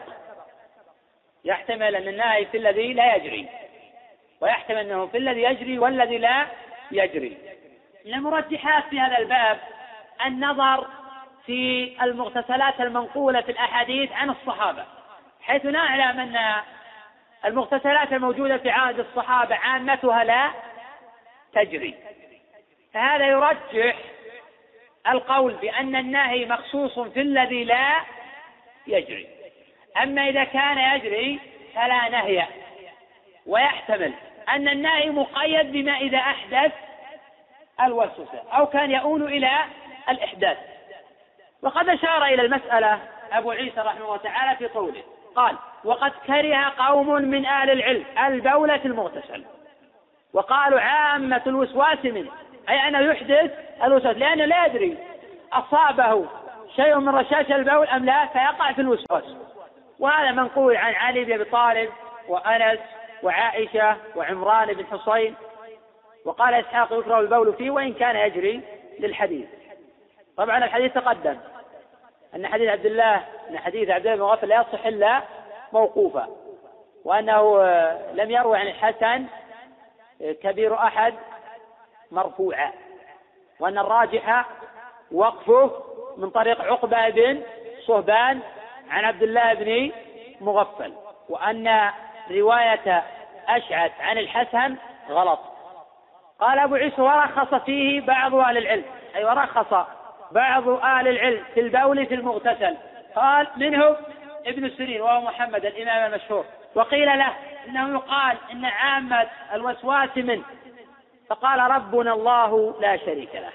يحتمل أن النهي في الذي لا يجري، ويحتمل أنه في الذي يجري والذي لا يجري. من المرجحات في هذا الباب النظر في المغتسلات المنقولة في الأحاديث عن الصحابة، حيث نعلم أن المغتسلات الموجودة في عهد الصحابة عامتها لا تجري، فهذا يرجح القول بأن النهي مخصوص في الذي لا يجري. أما إذا كان يجري فلا نهي، ويحتمل أن النهي مقيد بما إذا أحدث الوسوسة أو كان يؤول إلى الإحداث. وقد أشار إلى المسألة أبو عيسى رحمه الله تعالى في قوله قال وقد كره قوم من أهل العلم البول في المغتسل وقالوا عامة الوسواس منه، أي أنه يحدث الوسواس لأنه لا يدري أصابه شيء من رشاش البول أم لا فيقع في الوسواس. وهذا منقول عن علي بن أبي طالب وأنس وعائشة وعمران بن حصين. وقال إسحاق يكره البول فيه وإن كان يجري للحديث. طبعا الحديث تقدم أن حديث عبد الله أن حديث عبد الله بن مغفل لا يصح إلا موقوفا، وأنه لم يروي عن الحسن كبير أحد مرفوعا، وأن الراجح وقفه من طريق عقبة بن صهبان عن عبد الله بن مغفل، وأن رواية أشعث عن الحسن غلط. قال أبو عيسى ورخص فيه بعض أهل العلم، أي ورخص بعض أهل العلم في البول في المغتسل، قال منه ابن سيرين وهو محمد الإمام المشهور، وقيل له إنه يقال إن عامة الوسواس منه، فقال ربنا الله لا شريك له.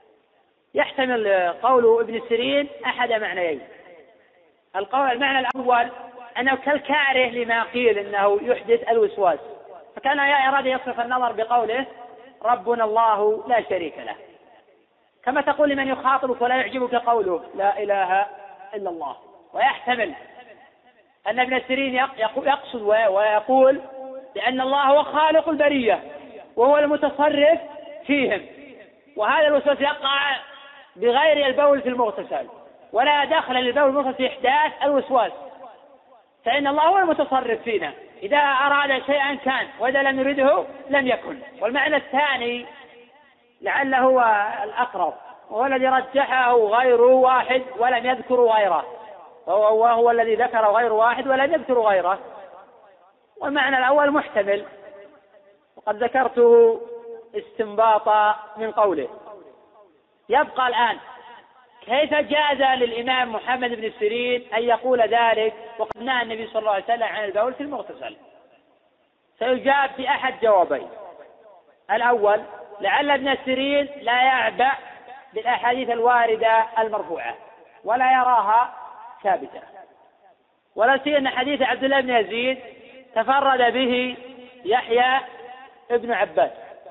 يحتمل قوله ابن سيرين أحد معنيين، القول المعنى الأول أنه كالكاره لما قيل إنه يحدث الوسواس، فكان يراد يصرف النظر بقوله ربنا الله لا شريك له، كما تقول لمن يخاطبك ولا يعجبك قوله لا إله إلا الله. ويحتمل أن ابن سيرين يقصد ويقول بأن الله هو خالق البرية وهو المتصرف فيهم، وهذا الوسواس يقع بغير البول في المغتسل، ولا دخل للبول في المغتسل في إحداث الوسواس، فإن الله هو المتصرف فينا إذا أراد شيئا كان، وإذا لم يرده لم يكن. والمعنى الثاني لعله هو الأقرب، وهو الذي رجحه غير واحد ولم يذكر غيره، وهو الذي ذكر غير واحد ولم يذكر غيره. والمعنى الأول محتمل، وقد ذكرته استنباطا من قوله. يبقى الآن كيف جاز للإمام محمد بن سيرين أن يقول ذلك وقد نهى النبي صلى الله عليه وسلم عن البول في المغتسل؟ سيجاب بأحد جوابين. الأول، لعل ابن سيرين لا يعبأ بالأحاديث الواردة المرفوعة ولا يراها ثابتة، ولا سيما حديث عبد الله بن يزيد تفرد به يحيى ابن عباس،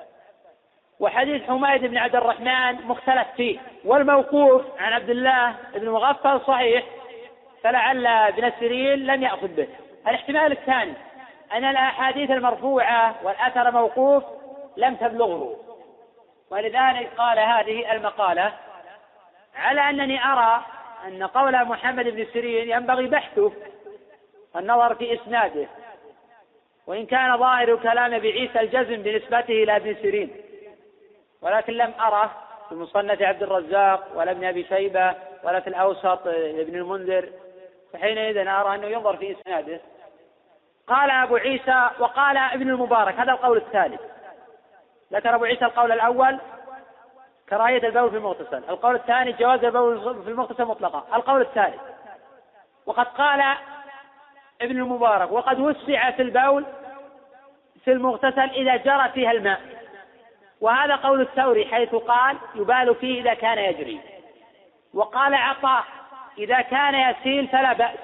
وحديث حميد بن عبد الرحمن مختلف فيه، والموقوف عن عبد الله بن مغفل صحيح، فلعل ابن سيرين لم يأخذ به. الاحتمال الثاني أن الأحاديث المرفوعة والأثر موقوف لم تبلغه، ولذلك قال هذه المقالة، على أنني أرى أن قول محمد بن سيرين ينبغي بحثه والنظر في إسناده، وإن كان ظاهر كلام أبي عيسى الجزم بنسبته إلى ابن سيرين، ولكن لم أره في مصنف عبد الرزاق ولا ابن أبي شيبة ولا في الأوسط ابن المنذر، فحينئذ أرى أنه ينظر في إسناده. قال أبو عيسى وقال ابن المبارك، هذا القول الثالث. ذكر أبو عيسى القول الأول كراهية البول في المغتسل، القول الثاني جواز البول في المغتسل مطلقا، القول الثالث. وقد قال ابن المبارك وقد وسع في البول في المغتسل إذا جرى فيها الماء، وهذا قول الثوري حيث قال يبال فيه إذا كان يجري. وقال عطاء إذا كان يسيل فلا بأس،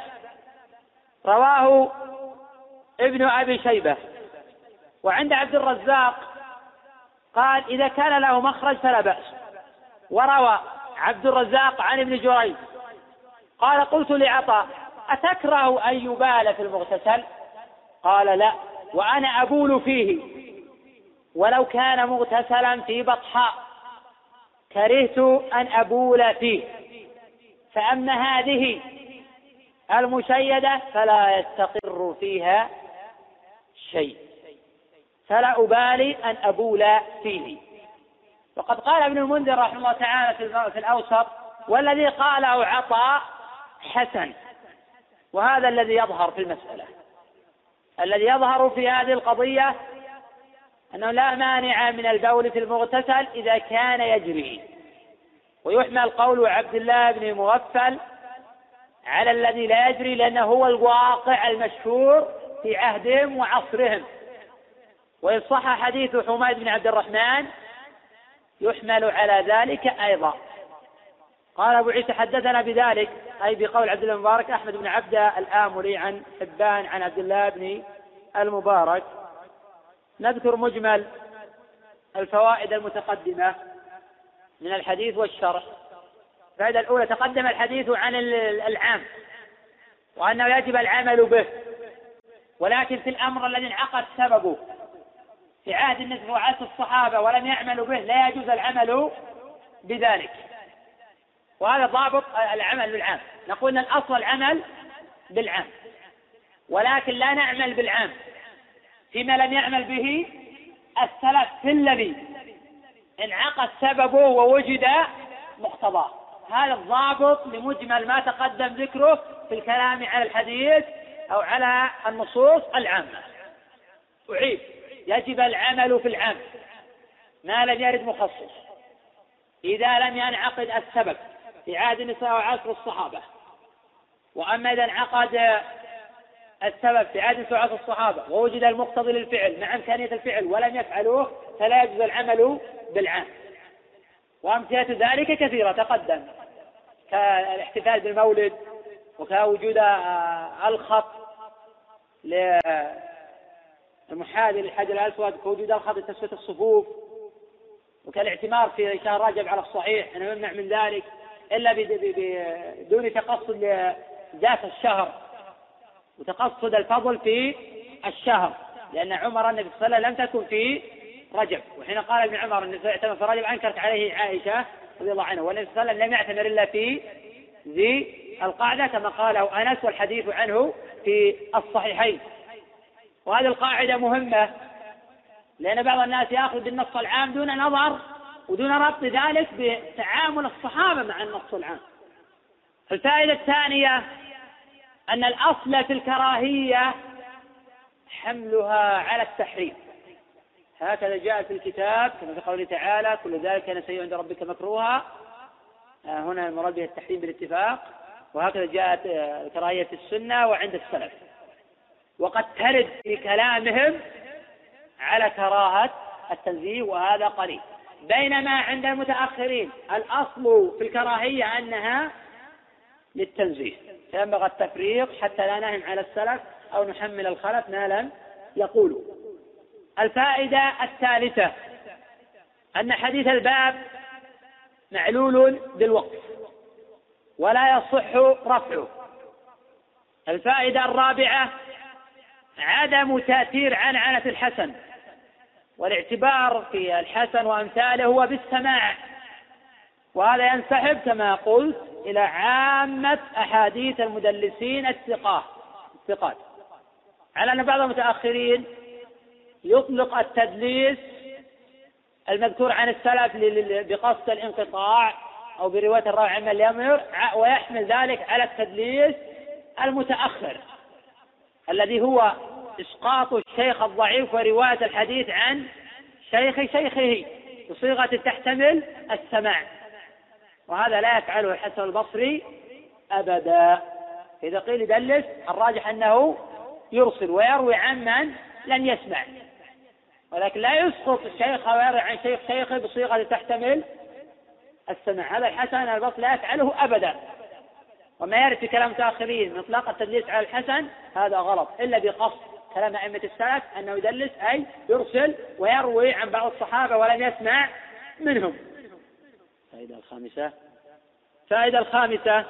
رواه ابن أبي شيبة. وعند عبد الرزاق قال إذا كان له مخرج فلا بأس. وروى عبد الرزاق عن ابن جريج قال قلت لعطاء أتكره أن يبال في المغتسل؟ قال لا، وأنا أبول فيه ولو كان مغتسلا في بطحاء كرهت أن أبول فيه، فأما هذه المشيدة فلا يستقر فيها شيء، فلا أبالي أن أبول فيه. وقد قال ابن المنذر رحمه الله تعالى في الأوسط والذي قاله عطاء حسن، وهذا الذي يظهر في المسألة. الذي يظهر في هذه القضية أنه لا مانع من البول في المغتسل إذا كان يجري، ويحمل قول عبد الله بن مغفل على الذي لا يجري لأنه هو الواقع المشهور في عهدهم وعصرهم. وإن صح حديث حميد بن عبد الرحمن يحمل على ذلك أيضا. قال أبو عيسى حدثنا بذلك أي بقول عبد الله المبارك أحمد بن عبدة الآمري عن حبان عن عبد الله بن المبارك. نذكر مجمل الفوائد المتقدمة من الحديث والشرح. الفائدة الأولى: تقدم الحديث عن العام وأنه يجب العمل به، ولكن في الأمر الذي انعقد سببه في عهد النبي وعهد الصحابة ولم يعملوا به لا يجوز العمل بذلك، وهذا ضابط العمل بالعام. نقول أن الأصل العمل بالعام، ولكن لا نعمل بالعام فيما لم يعمل به السلف في الذي انعقد سببه ووجد مقتضاه. هذا الضابط لمجمل ما تقدم ذكره في الكلام على الحديث أو على النصوص العامة. أعيد: يجب العمل في العام ما لم يرد مخصص إذا لم ينعقد السبب في عهد النساء وعصر الصحابة. وأما إذا انعقد السبب في عهد النساء وعصر الصحابة ووجد المقتضي للفعل مع إمكانية الفعل ولم يفعلوه فلا يجوز العمل بالعام. وأمثلة ذلك كثيرة تقدم، كالاحتفال بالمولد، وكوجود الخط للمحاذي للحجر الأسود، كوجود الخط لتسوية الصفوف، وكالاعتمار في شهر رجب على الصحيح أنه يمنع من ذلك إلا بدون تقصد لذات الشهر وتقصد الفضل في الشهر، لأن عمر النبي صلى الله عليه وسلم لم تكن في رجب، وحين قال ابن عمر أنه يعتمر في رجب أنكرت عليه عائشة رضي الله عنها، والنبي صلى الله عليه وسلم لم يعتمر إلا في ذي القعدة كما قاله أنس، والحديث عنه في الصحيحين. وهذه القاعدة مهمة، لأن بعض الناس يأخذ بالنص العام دون نظر ودون ربط ذلك بتعامل الصحابة مع النص العام. الفائدة الثانية أن الأصل في الكراهية حملها على التحريم، هكذا جاء في الكتاب كما في قوله تعالى كل ذلك كان سيئا عند ربك مكروها، هنا المراد به التحريم بالاتفاق، وهكذا جاءت الكراهية في السنة وعند السلف، وقد ترد في كلامهم على كراهة التنزيه وهذا قليل، بينما عند المتأخرين الأصل في الكراهية أنها للتنزيه، فينبغي التفريق حتى لا نهم على السلف أو نحمل الخلف ما لم يقولوا. الفائدة الثالثة أن حديث الباب معلول بالوقف ولا يصح رفعه. الفائدة الرابعة عدم تأثير عنعنة الحسن، والاعتبار في الحسن وأمثاله هو بالسماع، وهذا ينسحب كما قلت إلى عامة أحاديث المدلسين الثقات، على أن بعض المتأخرين يطلق التدليس المذكور عن السلف بقصد الانقطاع أو برواية الراوي عن من يمر، ويحمل ذلك على التدليس المتأخر الذي هو إسقاط الشيخ الضعيف ورواية الحديث عن شيخ شيخه بصيغة تحتمل السماع، وهذا لا يفعله الحسن البصري أبدا. إذا قيل يدلس الراجح أنه يرسل ويروي عن من لم يسمع، ولكن لا يسقط الشيخ ويروي عن شيخ شيخه بصيغة تحتمل السماع، هذا الحسن البصري لا يفعله أبدا. وما يرد في كلام متأخرين من إطلاق التدليس على الحسن هذا غلط، إلا بقصد كلام أئمة السلف أنه يدلس أي يرسل ويروي عن بعض الصحابة ولم يسمع منهم. الفائدة الخامسة الفائدة الخامسة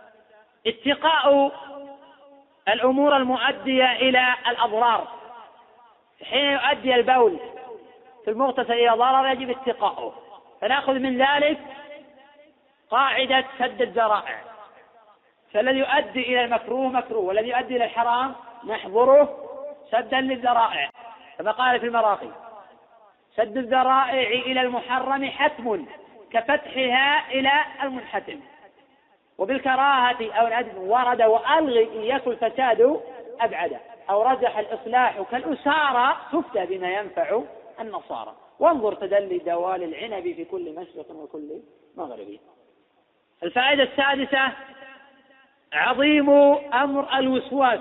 اتقاء الأمور المؤدية إلى الأضرار، حين يؤدي البول في المغتسل إلى ضرر يجب اتقاؤه، فنأخذ من ذلك قاعدة سد الذرائع، فالذي يؤدي إلى المكروه مكروه، والذي يؤدي إلى الحرام نحظره سدا للذرائع، كما قال في المراقي سد الذرائع إلى المحرم حتم كفتحها إلى المنحتم، وبالكراهة أو الأدب ورد وألغي إن يكن الفساد أبعد، أو رجح الإصلاح كالأسارى تفتى بما ينفع النصارى، وانظر تدلي دوال العنب في كل مشرق وكل مغرب. الفائدة السادسة عظيم أمر الوسواس،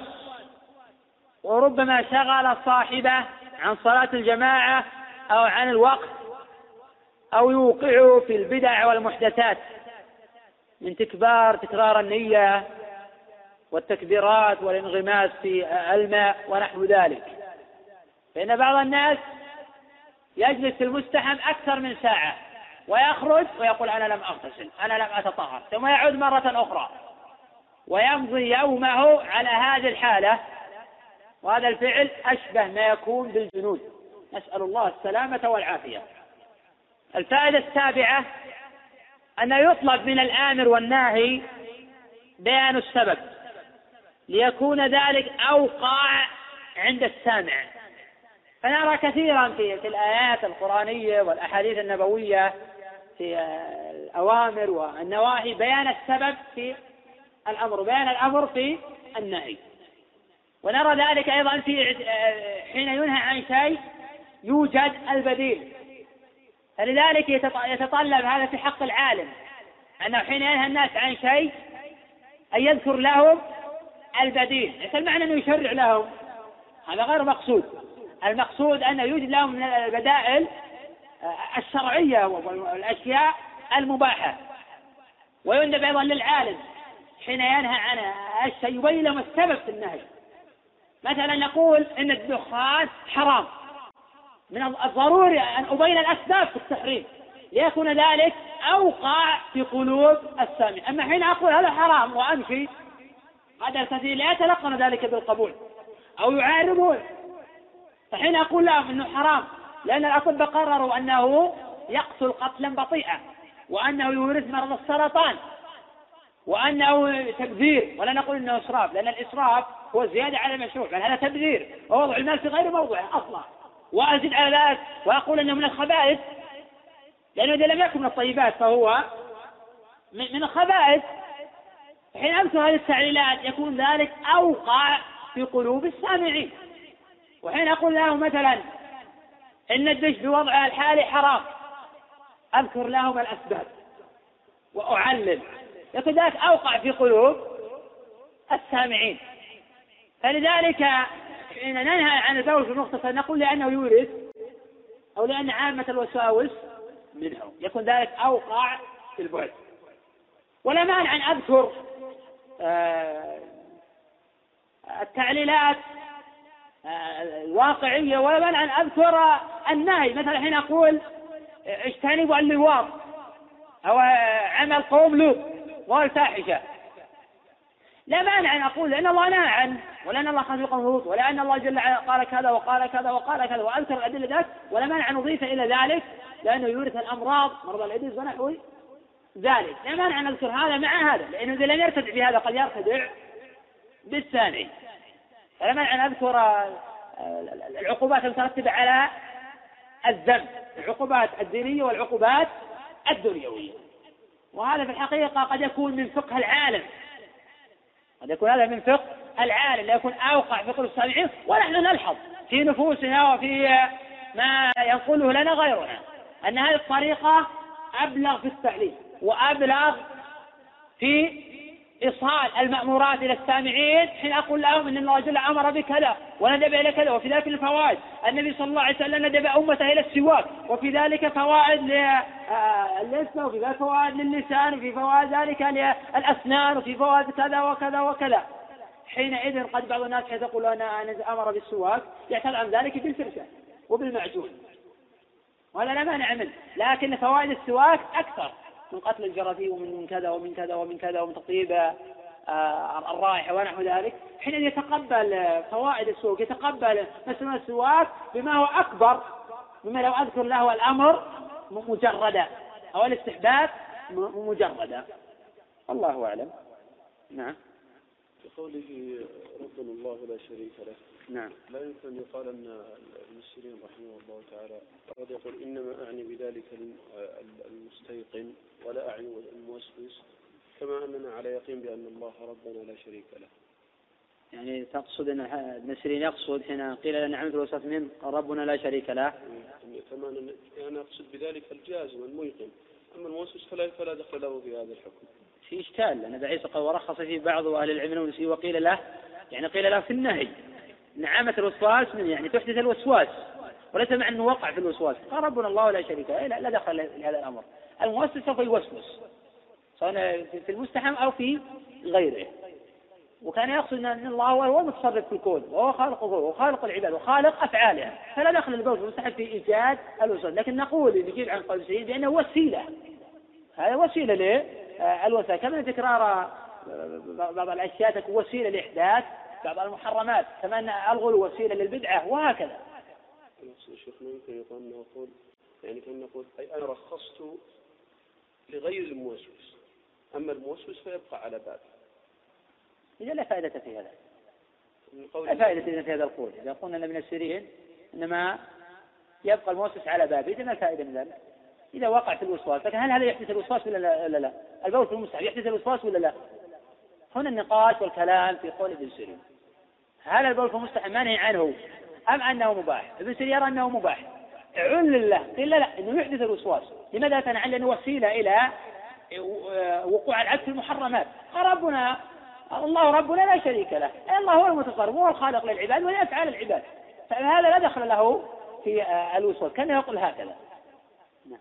وربما شغل صاحبه عن صلاة الجماعة أو عن الوقت، أو يوقع في البدع والمحدثات من تكبار تكرار النية والتكبيرات والانغماس في الماء ونحو ذلك، فإن بعض الناس يجلس في المستحم أكثر من ساعة ويخرج ويقول أنا لم أغتسل أنا لم أتطهر، ثم يعود مرة أخرى ويمضي يومه على هذه الحالة، وهذا الفعل أشبه ما يكون بالجنون، نسأل الله السلامة والعافية. الفائدة السابعة أن يطلب من الآمر والناهي بيان السبب ليكون ذلك أوقع عند السامع، فنرى كثيرا في, في الآيات القرآنية والأحاديث النبوية في الأوامر والنواهي بيان السبب في الأمر بيان الأمر في النهي، ونرى ذلك أيضا في حين ينهى عن شيء يوجد البديل، فلذلك يتطلب هذا في حق العالم أنه حين ينهى الناس عن شيء أن يذكر لهم البديل، ليس المعنى أنه يشرع لهم، هذا غير مقصود، المقصود أنه يوجد لهم من البدائل الشرعية والأشياء المباحة. ويندب أيضا للعالم حين ينهى عن الشيء يبين لهم السبب في النهي، مثلا نقول إن الدخان حرام، من الضروري أن أبين الأسباب في التحريم ليكون ذلك أوقع في قلوب السامع. أما حين أقول هذا حرام وأمشي هذا الكثير لا يتلقون ذلك بالقبول أو يعارضون، فحين أقول لهم أنه حرام لأن الأطباء قرروا أنه يقتل قتلا بطيئا وأنه يورث مرض السرطان، وأنه تبذير، ولا نقول أنه إسراف، لأن الإسراف هو زيادة على المشروع، بل هذا تبذير ووضع المال في غير موضعه أصلا. وأزيد على ذلك وأقول أنه من الخبائث، لأنه إذا لم يكن من الطيبات فهو من الخبائث. حين أذكر هذه التعليلات يكون ذلك أوقع في قلوب السامعين. وحين أقول لهم مثلا إن الدش بوضعها الحالي حرام، أذكر لهم الأسباب وأعلل، يكون ذلك أوقع في قلوب السامعين. فلذلك حين ننهى عن البول في المغتسل نقول لأنه يورث أو لأن عامة الوساوس منه، يكون ذلك أوقع في البعد. ولا مانع أن أذكر آه التعليلات آه الواقعية، ولا مانع أن أذكر النهي. مثلا حين أقول اجتنبوا اللواط أو عمل قوم لوط والفاحشة، لا مانع أن أقول لأن الله نهى عنه، ولأن الله خلق لوط، ولأن الله جل وعلا قال كذا وقال كذا وقال كذا، وأذكر الأدلة ذات، ولا مانع أن نضيف إلى ذلك لأنه يورث الأمراض مرضى الإيدز ونحو ذلك. لا مانع أن نذكر هذا مع هذا، لأنه إذا لم يرتدع بهذا قد يرتدع بالثاني. فلا مانع أن أذكر العقوبات المترتبة على الذنب، العقوبات الدينية والعقوبات الدنيوية. وهذا في الحقيقة قد يكون من فقه العالم، قد يكون هذا من فقه العالم، لا يكون أوقع في قلوب السامعين. ونحن نلحظ في نفوسنا وفي ما ينقله لنا غيرنا أن هذه الطريقة أبلغ في التعليم وأبلغ في إيصال المأمورات إلى السامعين. حين أقول لهم أن الله جل أمر بكذا وندب إلى كذا، وفي ذلك الفوائد، النبي صلى الله عليه وسلم ندب أمته إلى السواك، وفي ذلك فوائد للإسمة، وفي ذلك فوائد للسان، وفي فوائد ذلك للأسنان، وفي فوائد كذا وكذا وكذا. حينئذ قد بعض الناس حيث يقول أنا أمر بالسواك يعتبر عن ذلك بالفرشة وبالمعجون، وهذا لا مانع منه، لكن فوائد السواك أكثر من قتل الجراثيم ومن كذا ومن كذا ومن كذا ومن تطيب آه الرائحة ونحو ذلك. حين يتقبل فوائد السواك، يتقبل مثلا السواك بما هو أكبر مما لو أذكر له الأمر مجردا أو الاستحباب مجردا. الله أعلم. نعم. بقوله ربنا الله لا شريك له، نعم، لا يمكن أن يقال أن ابن سيرين رحمه الله تعالى قد يقول إنما أعني بذلك المستيقن ولا أعني الموسوس، كما أننا على يقين بأن الله ربنا لا شريك له. يعني تقصد أن ابن سيرين يقصد حين قيل لنا عمد الوسط من ربنا لا شريك له، كما أنا أقصد بذلك الجازم الميقن، أما الموسوس فلا فلا دخل له في هذا الحكم. في إشكال، لأن أبا عيسى قد ورخص فيه بعض أهل العلم وقيل له يعني قيل له في النهي إن عامة الوسواس من يعني تحدث الوسواس، وليس مع أنه وقع في الوسواس. قال ربنا الله لا شريك له، لا, لا دخل لهذا الأمر. الموسوس سوف يوسوس سواء في المستحم أو في غيره. وكان يقصد أن الله هو المتصرف في الكون، وهو خالق الكون وخالق العباد وخالق أفعالها، فلا دخل البول في المستحم في إيجاد الوسواس. لكن نقول نجيب عن قول سيد بأنه وسيلة، هذا وسيلة للوسواس، كما تكرار بعض الأشياء تكون وسيلة لإحداث بعض المحرمات، كما أن الغلو وسيلة للبدعة وهكذا. شيخنا يمكن يقول نقول يعني كان نقول أي أنا رخصت لغير الموسوس، أما الموسوس فيبقى على باب. إذا لا فائدة في هذا، لا فائدة في هذا القول. إذا قلنا أن ابن سيرين إنما يبقى الموسوس على بابه، إذا ما الفائدة من ذلك؟ إذا وقع في الوسواس، لكن هل هذا يحدث الوسواس ولا لا؟ لا, لا. البول في المستحب يحدث الوسواس ولا لا؟ هنا النقاش والكلام في قول ابن سيرين، هل البول في المستحب منهي عنه أم أنه مباح؟ ابن سيرين يرى أنه مباح، علل له قيل لا, لا إنه يحدث الوسواس. لماذا؟ تنعل أنه وسيلة إلى وقوع العبد في المحرمات. قال ربنا الله ربنا لا شريك له، الله هو المتصرف وهو الخالق للعباد ولأفعال العباد، فهذا لا دخل له في الوسواس. كان يقول هكذا. نعم.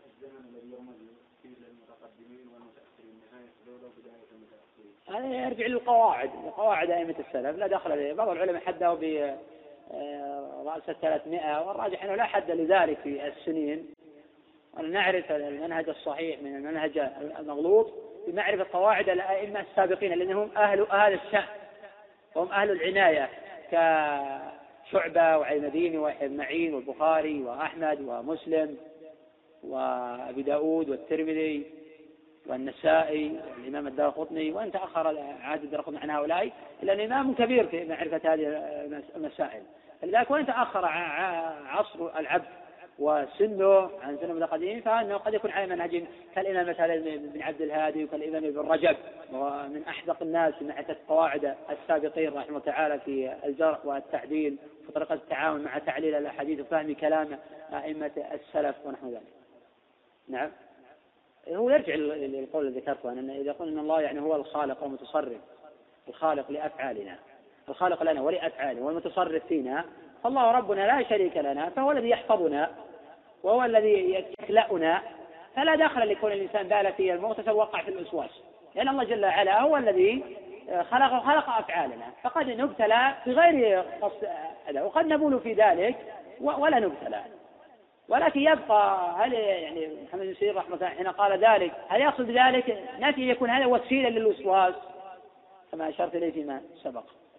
هذا يرجع للقواعد، قواعد أئمة السلف لا دخل به. بعض العلماء حده برأس ثلاثمائة، والراجح أنه لا حد لذلك في السنين. ونعرف المنهج الصحيح من المنهج المغلوط بمعرفة قواعد الأئمة السابقين الذين هم أهل أهل الشأن وهم أهل العناية، كشعبة وعلي المديني ويحيى بن معين والبخاري وأحمد ومسلم وأبي داود والترمذي والنسائي والإمام الدارقطني، وإن تأخر عهد الدارقطني عن هؤلاء إلا أن إمام كبير في معرفة هذه المسائل. لذلك وإن تأخر عصر العبد وسنه عن سنة متقدمين فإنه قد يكون على منهج كالإمام مثلا بن عبد الهادي وكالإمام ابن رجب، ومن أحدق الناس من معرفة قواعد السابقين رحمه الله تعالى في الجرح والتعديل وطريقة التعامل مع تعليل الأحاديث وفهم كلام أئمة السلف ونحو ذلك. نعم. هو يرجع للقول الذي ذكرته أن إذا قلنا أن الله يعني هو الخالق والمتصرف، الخالق لأفعالنا، الخالق لنا ولأفعالنا والمتصرف فينا، فالله ربنا لا شريك لنا، فهو الذي يحفظنا وهو الذي يكلأنا، فلا دخل لكون الإنسان بال في المغتسل وقع في الوسواس، لأن الله جل وعلا هو الذي خلق خلق أفعالنا، فقد نبتلى بغير قصد، وقد نبول في ذلك ولا نبتلى. ولكن يبقى هل يعني محمد بن سيرين رحمه الله حين قال ذلك هل يقصد بذلك نفي يكون هذا وسيلة للوسواس كما أشرت إليه فيما سبق؟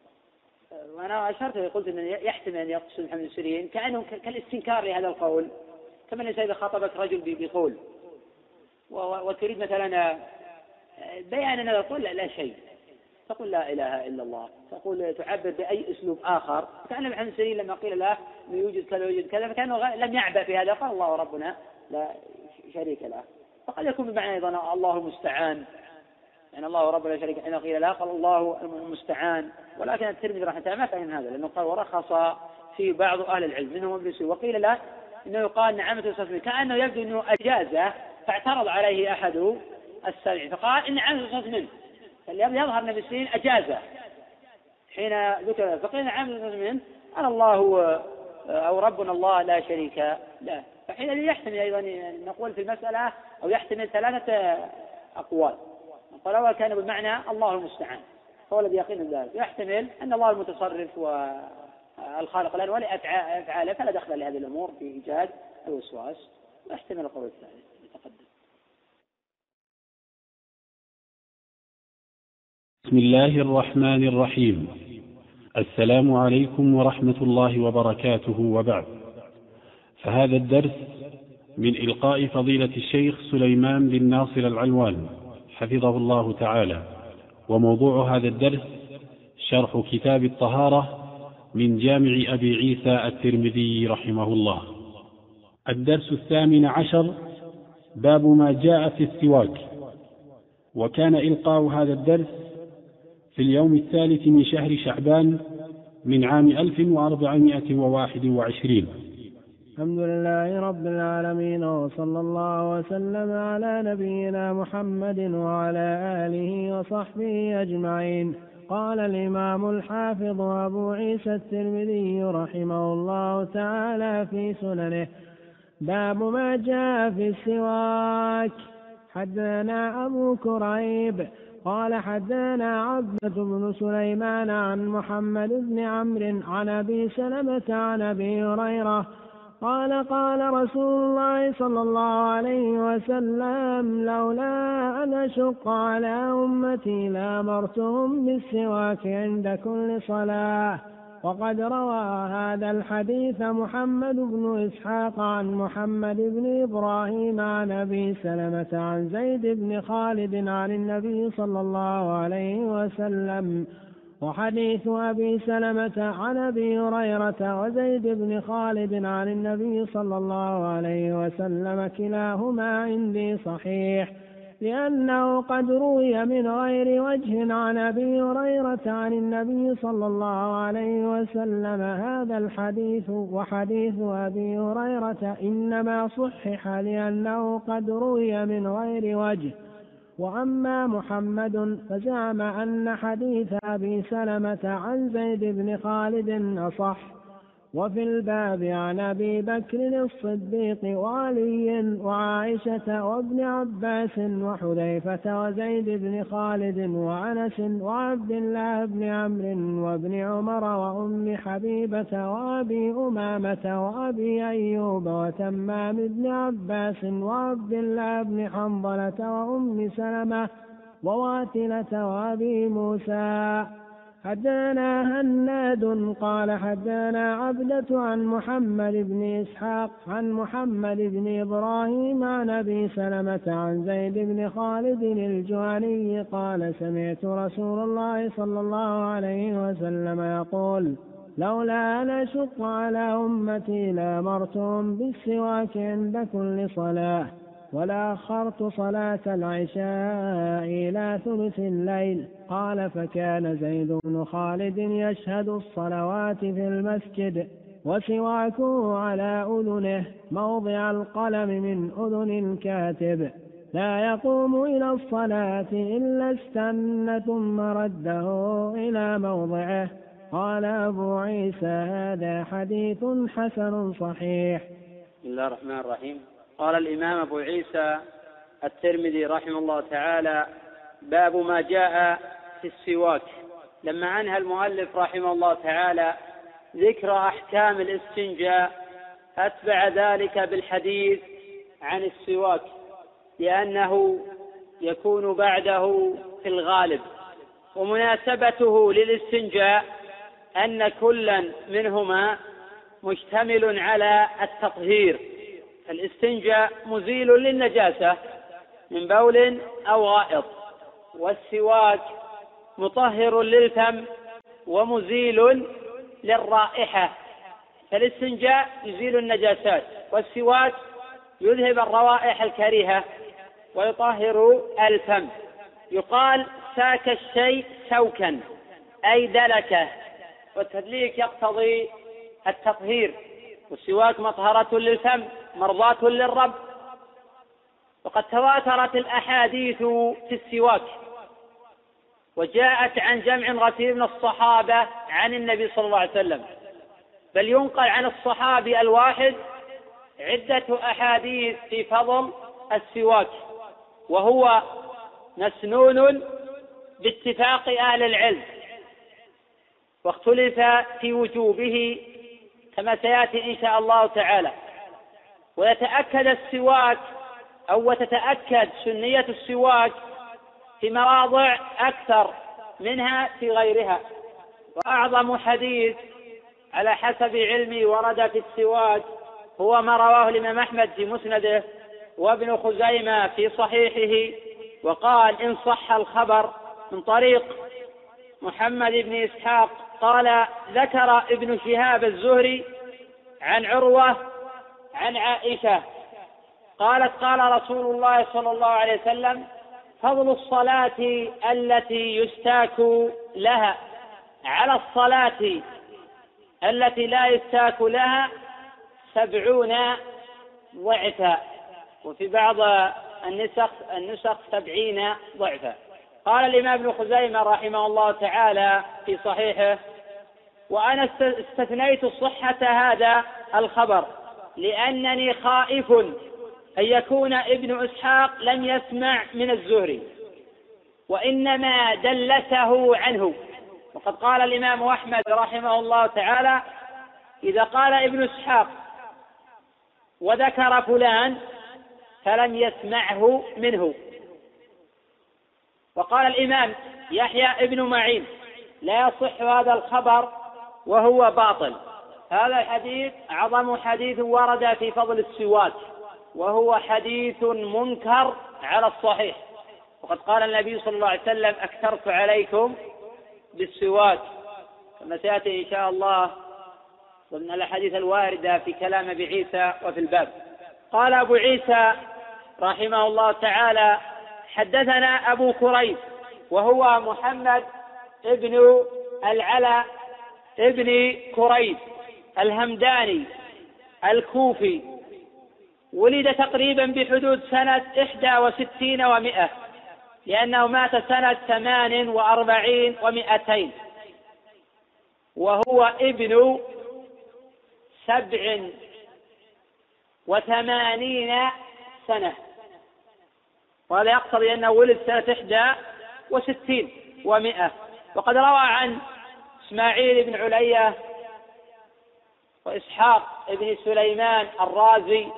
وأنا أشرت قلت أن يحتمل أن يقصد محمد بن سيرين كأنه كالاستنكار لهذا القول، كما أن إذا خاطبك رجل بقول وتريد مثلا بيان أن القول لا شيء، تقول لا إله إلا الله، تقول تعبر بأي أسلوب آخر، كأن محمد بن سيرين لما قيل له يوجد كذا ويوجد كذا فكأنه لم يعبأ في هذا، قال الله ربنا لا شريك له. فقد يكون بمعنى أيضا الله المستعان، يعني الله ربنا لا شريك، حين قيل لا قال الله المستعان. ولكن الترمذي رحمه الله ما فهم هذا، لأنه قال ورخص في بعض أهل العلم منهم ابن سيرين، وقيل له إنه يقال نعمة الصفر، كأنه يبدو أنه أجازه فاعترض عليه أحد السامعين فقال إن نعمة الصفر منه، فليظهر أن ابن سيرين أجازه حين ذكر، فقيل نعمة الصفر منه أنا الله أو ربنا الله لا شريك له. فحين يحتمل أيضا نقول في المسألة أو يحتمل ثلاثة أقوال. القول الأول كان بمعنى الله المستعان هو الذي يقين ذلك، يحتمل أن الله المتصرف والخالق لنا ولأفعاله فلا دخل لهذه الأمور في إيجاد الوسواس، ويحتمل القول الثالث يتقدم. بسم الله الرحمن الرحيم. السلام عليكم ورحمة الله وبركاته، وبعد، فهذا الدرس من إلقاء فضيلة الشيخ سليمان بن ناصر العلوان حفظه الله تعالى، وموضوع هذا الدرس شرح كتاب الطهارة من جامع أبي عيسى الترمذي رحمه الله. الدرس الثامن عشر، باب ما جاء في السواك. وكان إلقاء هذا الدرس في اليوم الثالث من شهر شعبان من عام ألف وأربعمائة وواحد وعشرين. الحمد لله رب العالمين، وصلى الله وسلم على نبينا محمد وعلى آله وصحبه أجمعين. قال الإمام الحافظ أبو عيسى الترمذي رحمه الله تعالى في سننه: باب ما جاء في السواك. حدثنا أبو كريب قال حدثنا عبدة بن سليمان عن محمد بن عمرو عن أبي سلمة عن أبي هريرة قال قال رسول الله صلى الله عليه وسلم: لولا أن أشق على أمتي لأمرتهم بالسواك عند كل صلاة. وقد روى هذا الحديث محمد بن إسحاق عن محمد بن إبراهيم عن أبي سلمة عن زيد بن خالد عن النبي صلى الله عليه وسلم. وحديث أبي سلمة عن أبي هريرة وزيد بن خالد عن النبي صلى الله عليه وسلم كلاهما عندي صحيح، لأنه قد روي من غير وجه عن أبي هريرة عن النبي صلى الله عليه وسلم هذا الحديث. وحديث أبي هريرة إنما صحح لأنه قد روي من غير وجه. وأما محمد فزعم أن حديث أبي سلمة عن زيد بن خالد أصح. وفي الباب عن أبي بكر الصديق وعلي وعائشة وابن عباس وحذيفة وزيد بن خالد وأنس وعبد الله بن عمرو وابن عمر وأم حبيبة وأبي أمامة وأبي أيوب وتمام بن عباس وعبد الله بن حنظلة وأم سلمة وواتلة وأبي موسى. حدثنا هناد قال حدثنا عبدة عن محمد بن إسحاق عن محمد بن إبراهيم عن أبي سلمة عن زيد بن خالد الجهني قال سمعت رسول الله صلى الله عليه وسلم يقول لولا أن أشق على أمتي لأمرتهم بالسواك عند كل صلاة ولا أخرت صلاة العشاء إلى ثلث الليل. قال فكان زيد بن خالد يشهد الصلوات في المسجد وسواكه على أذنه موضع القلم من أذن الكاتب لا يقوم إلى الصلاة إلا استن ثم رده إلى موضعه. قال أبو عيسى هذا حديث حسن صحيح. بسم الله الرحمن الرحيم. قال الإمام أبو عيسى الترمذي رحمه الله تعالى باب ما جاء في السواك. لما أنهى المؤلف رحمه الله تعالى ذكر أحكام الاستنجاء أتبع ذلك بالحديث عن السواك لأنه يكون بعده في الغالب، ومناسبته للاستنجاء أن كلا منهما مشتمل على التطهير. الاستنجاء مزيل للنجاسة من بول أو غائط، والسواك مطهر للفم ومزيل للرائحة. فالاستنجاء يزيل النجاسات، والسواك يذهب الروائح الكريهة ويطهر الفم. يقال ساك الشيء سوكا أي دلكه، والتدليك يقتضي التطهير، والسواك مطهرة للفم مرضاة للرب. وقد تواترت الأحاديث في السواك وجاءت عن جمع غفير من الصحابة عن النبي صلى الله عليه وسلم، بل ينقل عن الصحابي الواحد عدة أحاديث في فضل السواك، وهو مسنون باتفاق أهل العلم، واختلف في وجوبه كما سيأتي إن شاء الله تعالى. ويتأكد السواك أو وتتأكد سنية السواك في مواضع أكثر منها في غيرها. وأعظم حديث على حسب علمي ورد في السواك هو ما رواه الإمام أحمد في مسنده وابن خزيمة في صحيحه، وقال إن صح الخبر من طريق محمد بن إسحاق قال ذكر ابن شهاب الزهري عن عروة عن عائشة قالت قال رسول الله صلى الله عليه وسلم فضل الصلاة التي يستاك لها على الصلاة التي لا يستاك لها سبعون ضعفا، وفي بعض النسخ النسخ سبعين ضعفا. قال الإمام ابن خزيمة رحمه الله تعالى في صحيحه وأنا استثنيت صحة هذا الخبر لأنني خائف أن يكون ابن إسحاق لم يسمع من الزهري وإنما دلته عنه. وقد قال الإمام أحمد رحمه الله تعالى إذا قال ابن إسحاق وذكر فلان فلم يسمعه منه. وقال الإمام يحيى ابن معين لا يصح هذا الخبر وهو باطل. هذا الحديث أعظم حديث ورد في فضل السواك، وهو حديث منكر على الصحيح. وقد قال النبي صلى الله عليه وسلم أكثرت عليكم بالسواك، كما سيأتي إن شاء الله ضمن الأحاديث الواردة في كلام أبي عيسى وفي الباب. قال أبو عيسى رحمه الله تعالى حدثنا أبو كريب وهو محمد ابن العلا ابن كريب الهمداني الكوفي، ولد تقريبا بحدود سنة إحدى وستين ومئة، لأنه مات سنة ثمان وأربعين ومئتين، وهو ابن سبع وثمانين سنة، وهذا يقتضي أنه ولد سنة إحدى وستين ومئة. وقد روى عن إسماعيل بن علية وإسحاق بن سليمان الرازي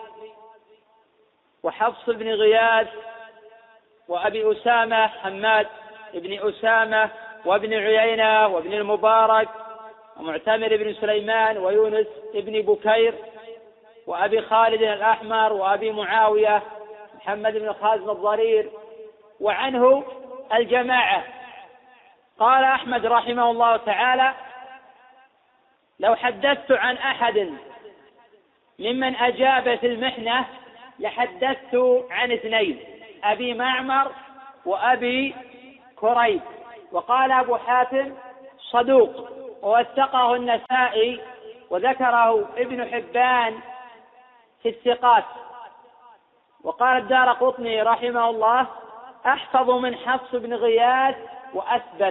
وحفص بن غياث وأبي أسامة حماد بن أسامة وابن عيينة وابن المبارك ومعتمر بن سليمان ويونس بن بكير وأبي خالد الأحمر وأبي معاوية محمد بن خازم الضرير، وعنه الجماعة. قال أحمد رحمه الله تعالى: لو حدثت عن أحد ممن أجاب في المحنة لحدثت عن اثنين، أبي معمر وأبي كريب. وقال أبو حاتم: صدوق، ووثقه النسائي وذكره ابن حبان في الثقات. وقال الدارقطني رحمه الله: أحفظ من حفص بن غياث وأثبت.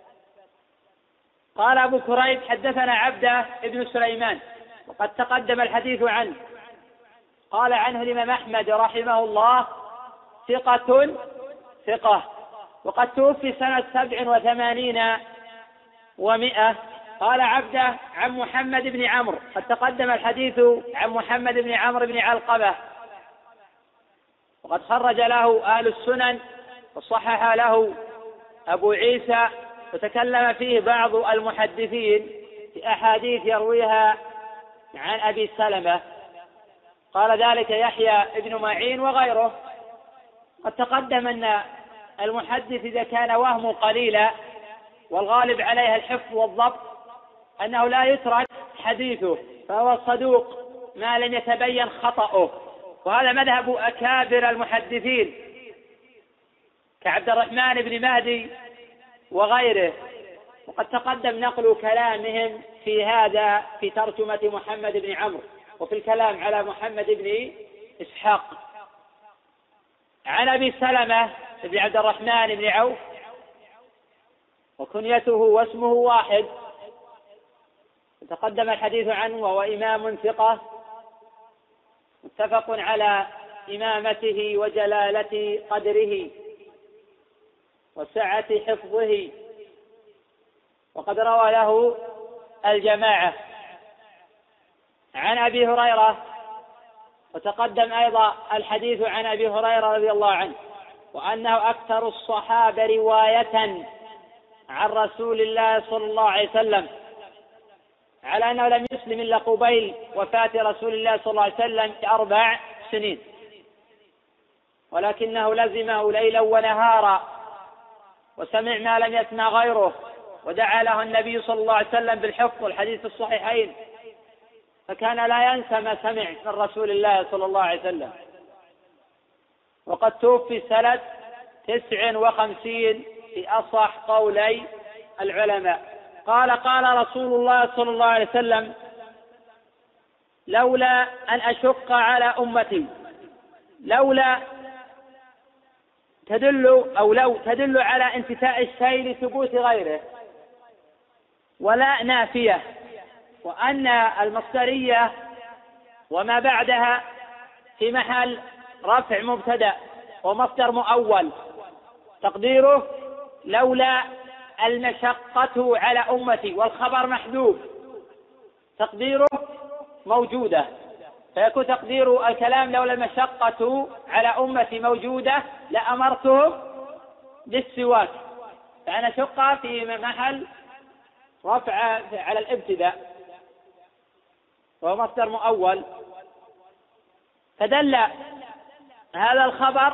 قال أبو كريب: حدثنا عبده ابن سليمان، وقد تقدم الحديث عنه. قال عنه الإمام أحمد رحمه الله: ثقة ثقة، وقد توفي سنة سبع وثمانين ومئة. قال عبده عن محمد بن عمرو، قد تقدم الحديث عن محمد بن عمرو بن علقمة، وقد خرج له أهل السنن وصحح له أبو عيسى، وتكلم فيه بعض المحدثين في أحاديث يرويها عن أبي سلمة. قال ذلك يحيى ابن معين وغيره. قد تقدم أن المحدث إذا كان وهمه قليلا والغالب عليها الحفظ والضبط أنه لا يترك حديثه، فهو صدوق ما لم يتبين خطأه، وهذا مذهب أكابر المحدثين كعبد الرحمن بن مهدي وغيره. وقد تقدم نقل كلامهم في هذا في ترجمة محمد بن عمرو وفي الكلام على محمد بن إسحاق. عن أبي سلمة بن عبد الرحمن بن عوف، وكنيته واسمه واحد، تقدم الحديث عنه، وهو إمام ثقة متفق على إمامته وجلالة قدره وسعة حفظه، وقد روى له الجماعة. عن أبي هريرة، وتقدم أيضا الحديث عن أبي هريرة رضي الله عنه، وأنه أكثر الصحابة رواية عن رسول الله صلى الله عليه وسلم، على أنه لم يسلم إلا قبيل وفاة رسول الله صلى الله عليه وسلم بأربع سنين، ولكنه لزمه ليلا ونهارا وسمع ما لم يسمع غيره، ودعا له النبي صلى الله عليه وسلم بالحفظ والحديث الصحيحين، فكان لا ينسى ما سمع من رسول الله صلى الله عليه وسلم. وقد توفي سنة تسع وخمسين في أصح قولي العلماء. قال: قال رسول الله صلى الله عليه وسلم: لولا أن أشق على أمتي، لولا تدل أو لو تدل على انتفاء الشيء لثبوت غيره، ولا نافية، وأن المصدرية وما بعدها في محل رفع مبتدأ ومصدر مؤول، تقديره لولا المشقة على أمتي، والخبر محذوف تقديره موجودة، فيكون تقدير الكلام لولا المشقة على أمتي موجودة لأمرتهم بالسواك، فأنا شقة في محل رفع على الابتداء وهو مصدر مؤول. فدل هذا الخبر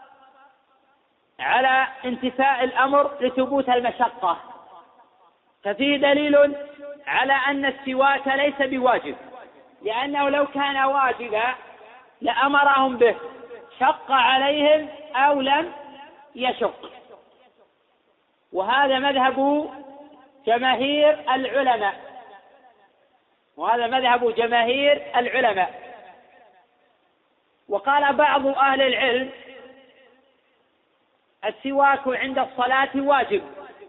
على انتفاء الأمر لثبوت المشقة، ففيه دليل على أن السواك ليس بواجب، لأنه لو كان واجبا لأمرهم به، شق عليهم أو لم يشق. وهذا مذهب جماهير العلماء، وهذا مذهب جماهير العلماء. وقال بعض أهل العلم: السواك عند الصلاة واجب،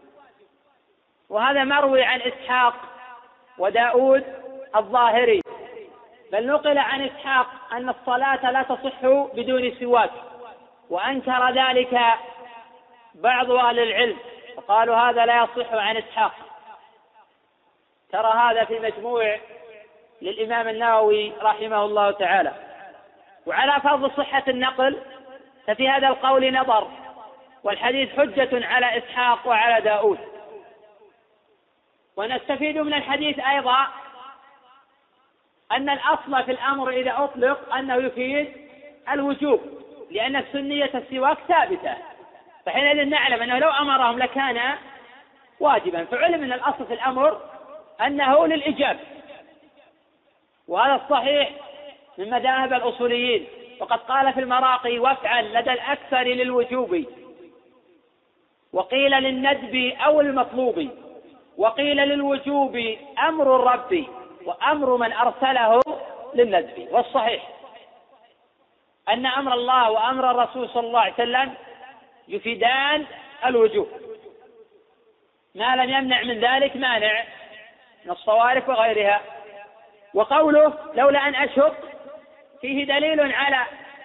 وهذا مروي عن إسحاق وداود الظاهري، بل نقل عن إسحاق أن الصلاة لا تصح بدون سواك، وأنكر ذلك بعض أهل العلم وقالوا هذا لا يصح عن إسحاق. ترى هذا في مجموع للإمام النووي رحمه الله تعالى. وعلى فرض صحة النقل ففي هذا القول نظر، والحديث حجة على إسحاق وعلى داود، ونستفيد من الحديث أيضا أن الأصل في الأمر إذا أطلق أنه يفيد الوجوب، لأن سنية السواك ثابتة، فحينئذ نعلم أنه لو أمرهم لكان واجبا، فعلم أن الأصل في الأمر أنه للإجابة، وهذا الصحيح من مذاهب الأصوليين. وقد قال في المراقي وافعل لدى الأكثر للوجوب، وقيل للندب أو المطلوب، وقيل للوجوب أمر الرب وأمر من أرسله للندب. والصحيح أن أمر الله وأمر الرسول صلى الله عليه وسلم يفيدان الوجوب، ما لم يمنع من ذلك مانع من الصوارف وغيرها. وقوله لولا أن أشق فيه دليل على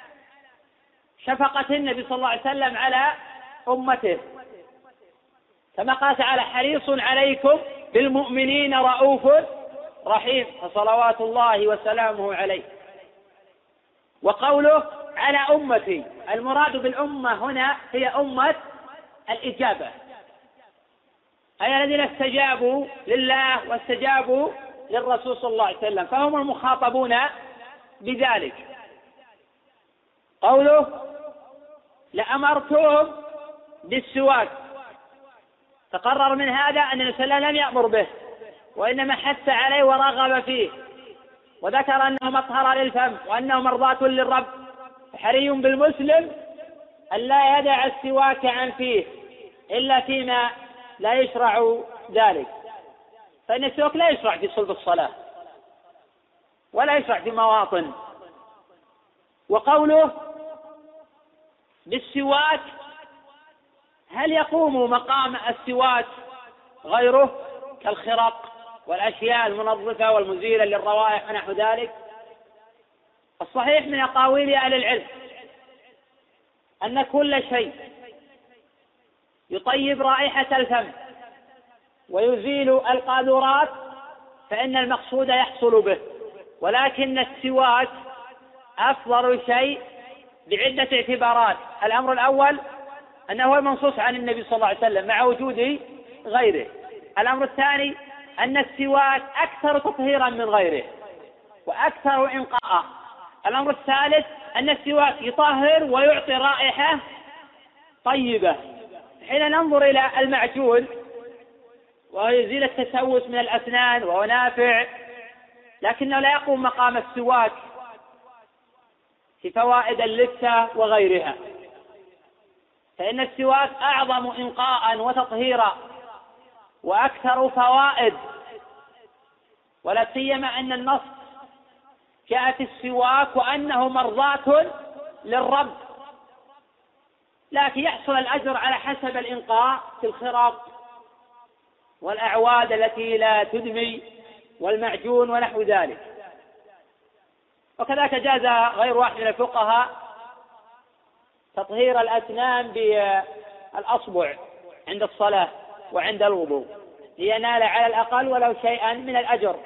شفقة النبي صلى الله عليه وسلم على أمته، كما قال تعالى حريص عليكم بالمؤمنين رؤوف رحيم، فصلوات الله وسلامه عليه. وقوله على أمتي، المراد بالأمة هنا هي أمة الإجابة، أي الذين استجابوا لله واستجابوا للرسول صلى الله عليه وسلم، فهم المخاطبون بذلك. قوله لأمرتهم بالسواك، تقرر من هذا أن النبي صلى الله عليه وسلم لم يأمر به، وإنما حث عليه ورغب فيه، وذكر أنه مطهر للفم وأنه مرضاة للرب. حري بالمسلم أن لا يدع السواك عن فيه إلا فيما لا يشرع ذلك، فإن السواك لا يشرع في صلب الصلاة ولا يشرع في مواطن. وقوله بالسواك، هل يقوم مقام السواك غيره كالخرق والأشياء المنظفة والمزيلة للروائح ونحو ذلك؟ الصحيح من أقاويل أهل العلم أن كل شيء يطيب رائحة الفم ويزيل القاذورات فإن المقصود يحصل به، ولكن السواك أفضل شيء بعدة اعتبارات. الأمر الأول أنه هو المنصوص عن النبي صلى الله عليه وسلم مع وجود غيره. الأمر الثاني أن السواك أكثر تطهيرا من غيره وأكثر إنقاء. الأمر الثالث أن السواك يطهر ويعطي رائحة طيبة. حين ننظر إلى المعجون ويزيل التسوس من الأسنان وهو نافع، لكنه لا يقوم مقام السواك في فوائد اللثة وغيرها، فإن السواك أعظم إنقاء وتطهيرا وأكثر فوائد، ولا سيما أن النص جاءت السواك وأنه مرضاة للرب، لكن يحصل الأجر على حسب الإنقاء في الخرق والأعواد التي لا تدمي والمعجون ونحو ذلك. وكذلك جاز غير واحد من الفقهاء تطهير الأسنان بالأصبع عند الصلاة وعند الوضوء لينال على الأقل ولو شيئا من الأجر.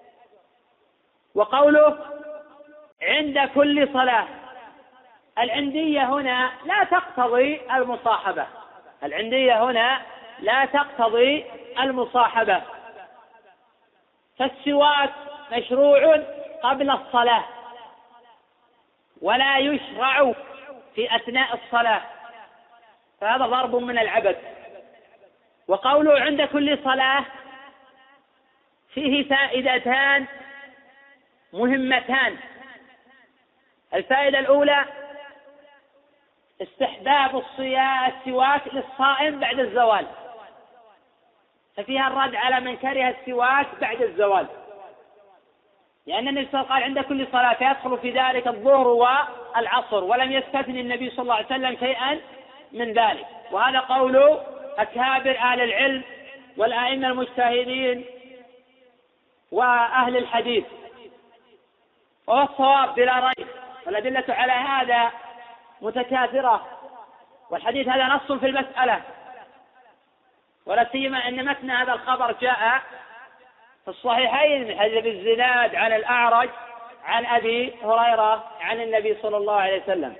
وقوله عند كل صلاة، العندية هنا لا تقتضي المصاحبة، العندية هنا لا تقتضي المصاحبة، فالسواك مشروع قبل الصلاة ولا يشرع في أثناء الصلاة، فهذا ضرب من العبث. وقوله عند كل صلاة فيه فائدتان مهمتان. الفائدة الأولى استحباب السواك للصائم بعد الزوال، ففيها الرد على من كره السواك بعد الزوال، لأن النبي صلى الله عليه وسلم قال عند كل صلاة فيدخل في ذلك الظهر والعصر، ولم يستثني النبي صلى الله عليه وسلم شيئا من ذلك. وهذا قول أكابر أهل العلم والأئمة المجتهدين وأهل الحديث، وهو الصواب بلا ريب، والأدلة على هذا متكاثرة، والحديث هذا نص في المسألة، ولا سيما أن متن هذا الخبر جاء في الصحيحين من حديث ابي الزناد عن الأعرج عن أبي هريرة عن النبي صلى الله عليه وسلم.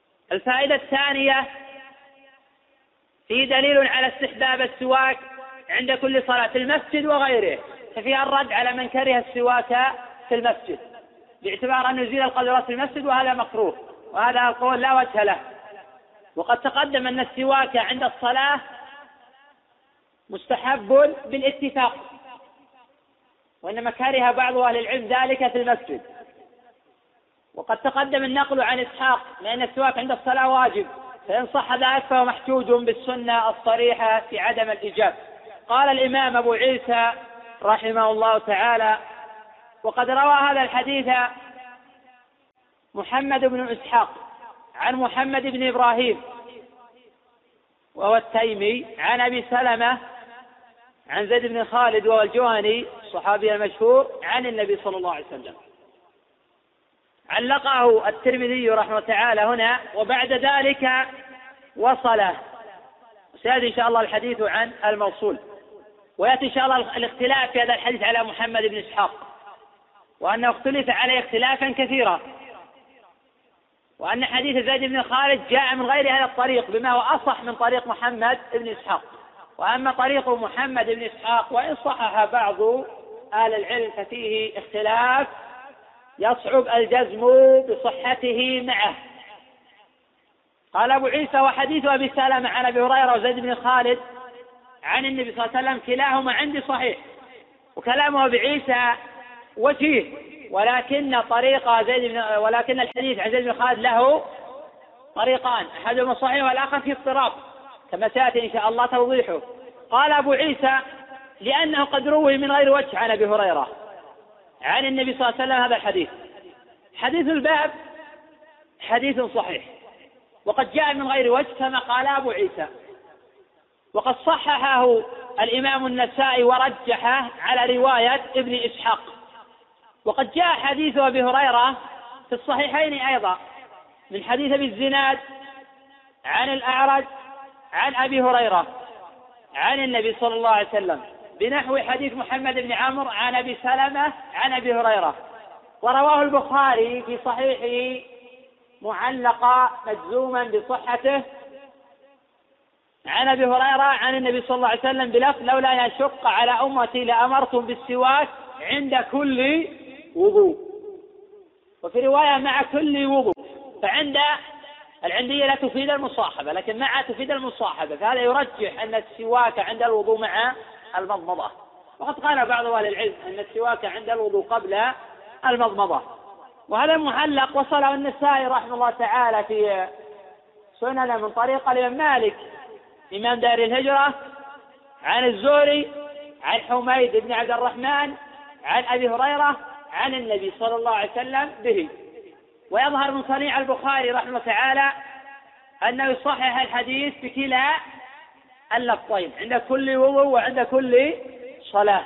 الفائدة الثانية في دليل على استحباب السواك عند كل صلاة في المسجد وغيره، ففيها الرد على من كره السواك في المسجد باعتبار أن يزيل القذرات في المسجد، وهذا مكروه، وهذا القول لا وجه له. وقد تقدم أن السواك عند الصلاة مستحب بالاتفاق، وإنما كره بعض أهل العلم ذلك في المسجد. وقد تقدم النقل عن إسحاق لأن السواك عند الصلاة واجب، فإن صح ذلك فهو محجوج بالسنة الصريحة في عدم الإيجاب. قال الإمام أبو عيسى رحمه الله تعالى: وقد روى هذا الحديث محمد بن إسحاق عن محمد بن إبراهيم وهو التيمي عن أبي سلمة عن زيد بن خالد وهو الجهني الصحابي المشهور عن النبي صلى الله عليه وسلم. علقه الترمذي رحمه تعالى هنا، وبعد ذلك وصله. سيأتي إن شاء الله الحديث عن الموصول، ويأتي إن شاء الله الاختلاف في هذا الحديث على محمد بن إسحاق، وأنه اختلف عليه اختلافا كثيرا، وأن حديث زيد بن خالد جاء من غير هذا الطريق بما هو أصح من طريق محمد بن إسحاق. وأما طريق محمد بن إسحاق وإن صحح بعض أهل العلم ففيه اختلاف يصعب الجزم بصحته معه. قال أبو عيسى: وحديث أبي سلمة عن أبي هريرة وزيد بن خالد عن النبي صلى الله عليه وسلم كلاهما عندي صحيح. وكلام أبي عيسى وجيه، ولكن طريق زيد بن ولكن الحديث عن زيد بن خالد له طريقان، أحدهما صحيح والآخر فيه اضطراب كما سيأتي إن شاء الله توضيحه. قال أبو عيسى: لأنه قد روي من غير وجه عن أبي هريرة عن النبي صلى الله عليه وسلم هذا الحديث. حديث الباب حديث صحيح، وقد جاء من غير وجه كما قال أبو عيسى، وقد صححه الإمام النسائي ورجحه على رواية ابن إسحاق. وقد جاء حديث أبي هريرة في الصحيحين أيضا من حديث أبي الزناد عن الأعرج عن أبي هريرة عن النبي صلى الله عليه وسلم بنحو حديث محمد بن عمرو عن أبي سلمة عن أبي هريرة. ورواه البخاري في صحيحه معلقا مجزوما بصحته عن أبي هريرة عن النبي صلى الله عليه وسلم بلفظ: لولا أن أشق على أمتي لأمرتم بالسواك عند كل وضوء. وفي رواية مع كل وضوء، فعند العندية لا تفيد المصاحبة، لكن مع تفيد المصاحبة، فهذا يرجح أن السواك عند الوضوء مع المضمضة. وقد قال بعض أهل العلم أن السواك عند الوضوء قبل المضمضة. وهذا المعلق وصله النسائي رحمه الله تعالى في سنن من طريق الإمام مالك إمام دار الهجرة عن الزهري عن حميد بن عبد الرحمن عن أبي هريرة عن النبي صلى الله عليه وسلم به. ويظهر من صنيع البخاري رحمه الله تعالى أنه يصحح الحديث بكلا اللفظين عند كل وضوء وعند كل صلاة.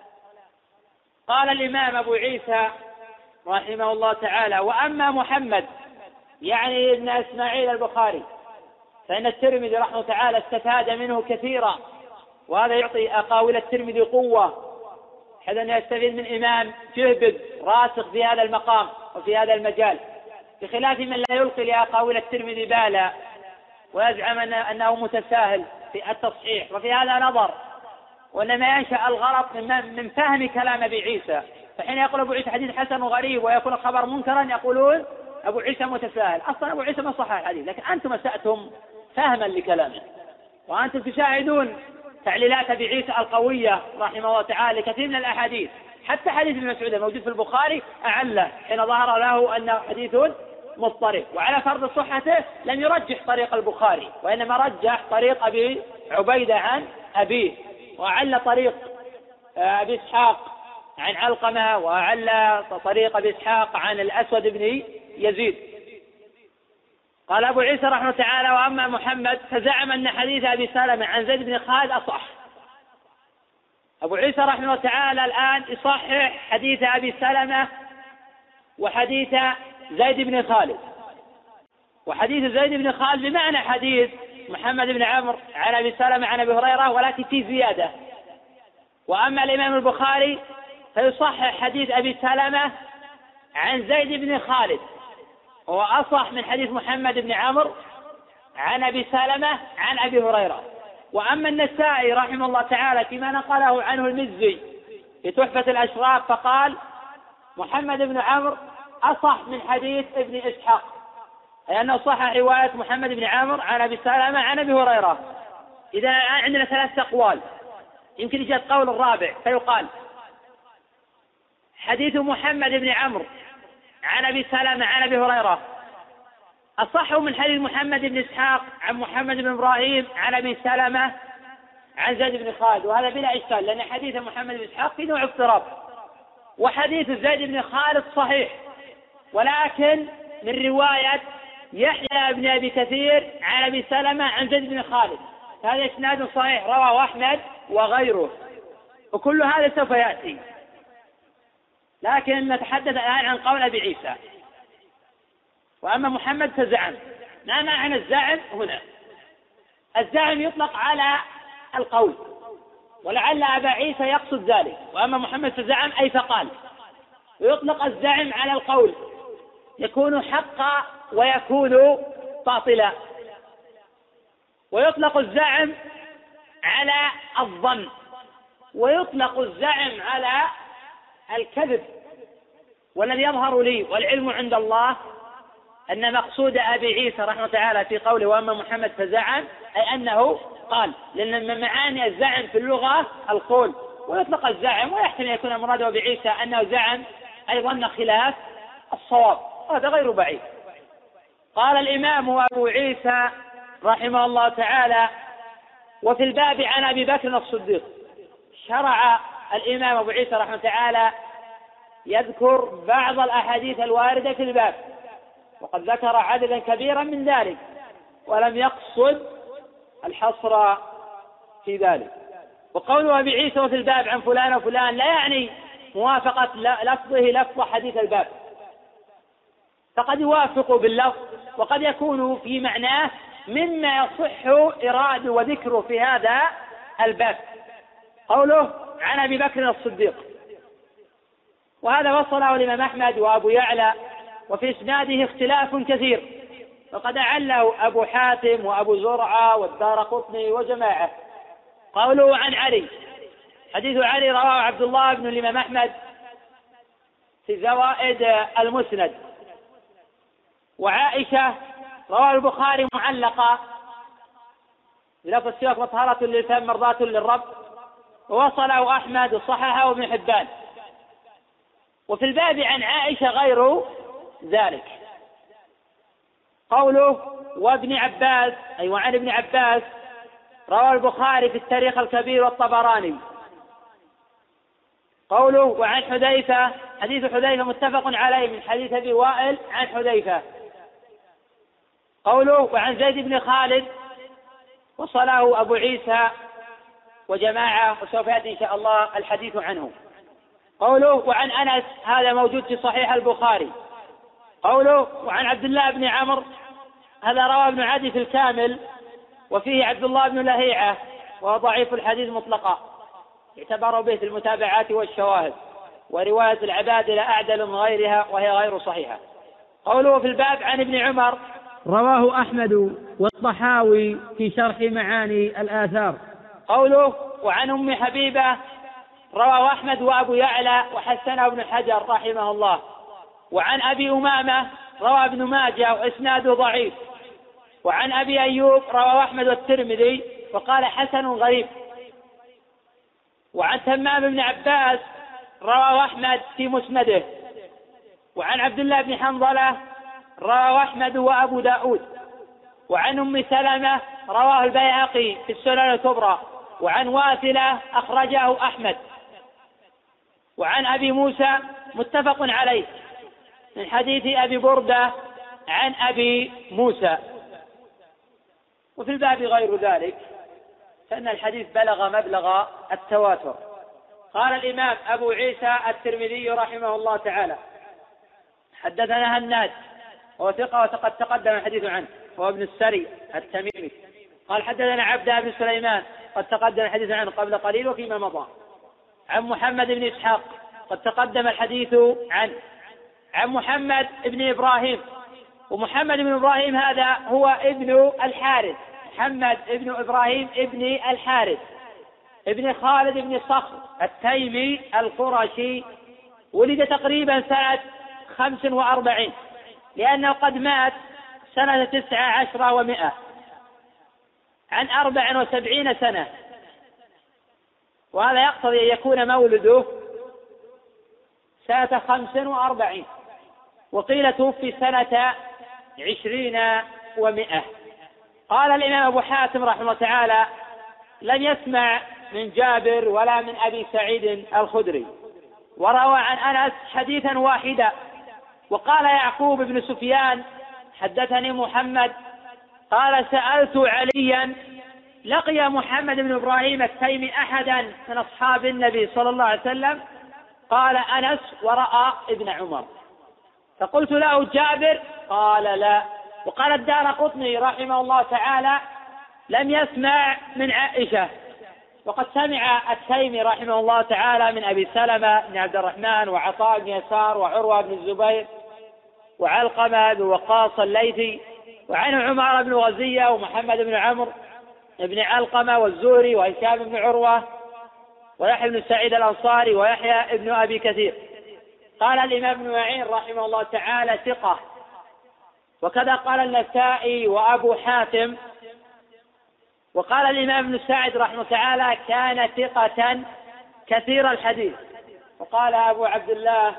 قال الإمام أبو عيسى رحمه الله تعالى: وأما محمد يعني ابن إسماعيل البخاري فإن الترمذي رحمه تعالى استفاد منه كثيرا، وهذا يعطي أقاويل الترمذي قوة، حيث أنه يستفيد من إمام جهبذ راسخ في هذا المقام وفي هذا المجال، بخلاف من لا يلقي لأقاويل الترمذي بالا ويزعم أنه متساهل في التصحيح. وفي هذا نظر، وإنما ينشأ الغلط من فهم كلام أبي عيسى، فحين يقول أبو عيسى حديث حسن وغريب ويكون الخبر منكرا يقولون أبو عيسى متساهل. أصلا أبو عيسى ما صحح الحديث، لكن أنتم أسأتم فهما لكلامه، وأنتم تشاهدون تعليلات أبي عيسى القوية رحمه الله تعالى كثير من الأحاديث، حتى حديث ابن مسعود الموجود في البخاري أعله حين ظهر له أنه حديث مضطرب، وعلى فرض صحته لم يرجح طريق البخاري، وإنما رجح طريق أبي عبيدة عن أبيه، وأعل طريق أبي إسحاق عن علقمة، وأعل طريق أبي إسحاق عن الأسود بن يزيد. قال أبو عيسى رحمه تعالى: وأما محمد فزعم أن حديث أبي سلمة عن زيد بن خالد أصح. أبو عيسى رحمه تعالى الآن يصحح حديث أبي سلمة وحديث زيد بن خالد، وحديث زيد بن خالد بمعنى حديث محمد بن عمرو عن أبي سلمة عن أبي هريرة، ولكن في زيادة. وأما الإمام البخاري فيصحح حديث أبي سلمة عن زيد بن خالد، هو أصح من حديث محمد بن عمرو عن أبي سلمة عن أبي هريرة، وأما النسائي رحمه الله تعالى فيما نقله عنه المزي في تحفة الأشراف فقال محمد بن عمرو أصح من حديث ابن إسحاق، أي أنه صح رواية محمد بن عمرو عن أبي سلمة عن أبي هريرة. إذا عندنا ثلاثة أقوال، يمكن يجي القول الرابع فيقال حديث محمد بن عمرو عن أبي سلمة عن أبي هريرة أصح من حديث محمد بن إسحاق عن محمد بن إبراهيم عن أبي سلمة عن زيد بن خالد، وهذا بلا إشكال لأن حديث محمد بن إسحاق في نوع اضطراب، وحديث زيد بن خالد صحيح ولكن من رواية يحيى بن أبي كثير عن أبي سلمة عن زيد بن خالد، هذا إسناد صحيح رواه أحمد وغيره، وكل هذا سوف يأتي. لكن نتحدث الآن عن قول أبي عيسى. وأما محمد فزعم. ما معنى الزعم هنا؟ الزعم يطلق على القول، ولعل أبا عيسى يقصد ذلك. وأما محمد فزعم أي فقال. ويطلق الزعم على القول، يكون حقا ويكون باطلا. ويطلق الزعم على الظن، ويطلق الزعم على الكذب. والذي يظهر لي والعلم عند الله أن مقصود أبي عيسى رحمه الله تعالى في قوله وأما محمد فزعم أي أنه قال، لأن من معاني الزعم في اللغة القول. ويطلق الزعم ويحتمل يكون مراد أبي عيسى أنه زعم أي ظن خلاف الصواب، هذا غير بعيد. قال الإمام أبو عيسى رحمه الله تعالى وفي الباب عن أبي بكر الصديق. شرع الإمام أبو عيسى رحمه الله تعالى يذكر بعض الأحاديث الواردة في الباب، وقد ذكر عددا كبيرا من ذلك ولم يقصد الحصر في ذلك. وقوله أبي عيسى وفي الباب عن فلان وفلان لا يعني موافقة لفظه لفظ حديث الباب، فقد يوافق باللفظ وقد يكون في معناه مما يصح إراد وذكره في هذا الباب. قوله عن أبي بكر الصديق، وهذا وصله الإمام أحمد وأبو يعلى، وفي إسناده اختلاف كثير، وقد أعله أبو حاتم وأبو زرعة والدارقطني وجماعة. قوله عن علي، حديث علي رواه عبد الله بن الإمام أحمد في زوائد المسند، وعائشة رواه البخاري معلقة بلفظ السواك مطهرة للفم مرضاة للرب، ووصله أحمد وصححه ابن حبان. وفي الباب عن عائشة غير ذلك. قوله وابن عباس أي وعن ابن عباس رواه البخاري في التاريخ الكبير والطبراني. قوله وعن حذيفة، حديث حذيفة متفق عليه من حديث أبي وائل عن حذيفة. قوله وعن زيد بن خالد وصله أبو عيسى وجماعة، وسوف يأتي إن شاء الله الحديث عنه. قوله وعن أنس، هذا موجود في صحيح البخاري. قوله وعن عبد الله بن عمرو، هذا رواه ابن عدي في الكامل، وفيه عبد الله بن لهيعة وهو ضعيف الحديث مطلقا، يعتبر به في المتابعات والشواهد، ورواية العبادلة أعدل من غيرها وهي غير صحيحة. قوله في الباب عن ابن عمر، رواه أحمد والطحاوي في شرح معاني الآثار. قوله وعن أم حبيبة، رواه أحمد وأبو يعلى وحسنه ابن حجر رحمه الله. وعن أبي أمامة رواه ابن ماجه وإسناده ضعيف. وعن أبي أيوب رواه أحمد والترمذي وقال حسن غريب. وعن تمام بن عباس رواه أحمد في مسنده. وعن عبد الله بن حنظلة رواه أحمد وأبو داود. وعن أم سلمة رواه البيهقي في السنن الكبرى. وعن واثلة أخرجه أحمد. وعن أبي موسى متفق عليه من حديث أبي بردة عن أبي موسى. وفي الباب غير ذلك فإن الحديث بلغ مبلغ التواتر. قال الإمام أبو عيسى الترمذي رحمه الله تعالى حدثنا هناد وهو ثقة وقد تقدم الحديث عنه، وهو ابن السري التميمي. قال حدثنا عبد بن سليمان قد تقدم الحديث عنه قبل قليل وفيما مضى. عن محمد بن إسحاق قد تقدم الحديث عنه. عن محمد بن إبراهيم، ومحمد بن إبراهيم هذا هو ابن الحارث، محمد ابن إبراهيم ابن الحارث ابن خالد ابن صخر التيمي القرشي، ولد تقريبا سنة خمس وأربعين، لأنه قد مات سنة تسعة عشر ومائة عن أربع وسبعين سنة، وهذا يقتضي أن يكون مولده سنة خمس وأربعين، وقيل توفي سنة عشرين ومائة. قال الإمام أبو حاتم رحمه الله تعالى: لم يسمع من جابر ولا من أبي سعيد الخدري، وروى عن أنس حديثا واحدا. وقال يعقوب بن سفيان: حدثني محمد قال: سألت عليا لقي محمد بن إبراهيم التيمي أحدا من أصحاب النبي صلى الله عليه وسلم؟ قال أنس ورأى ابن عمر. فقلت له: جابر؟ قال: لا. وقال الدارقطني رحمه الله تعالى: لم يسمع من عائشة. وقد سمع التيمي رحمه الله تعالى من أبي سلمة بن عبد الرحمن وعطاء بن يسار وعروة بن الزبير وعلقمة بن وقاص الليثي، وعن عمر بن غزية ومحمد بن عمرو بن علقمة والزهري وهشام بن عروة ويحيى بن سعيد الأنصاري ويحيى بن أبي كثير. قال الإمام ابن معين رحمه الله تعالى: ثقة. وكذا قال النسائي وأبو حاتم. وقال الإمام ابن سعد رحمه الله تعالى: كان ثقة كثير الحديث. وقال أبو عبد الله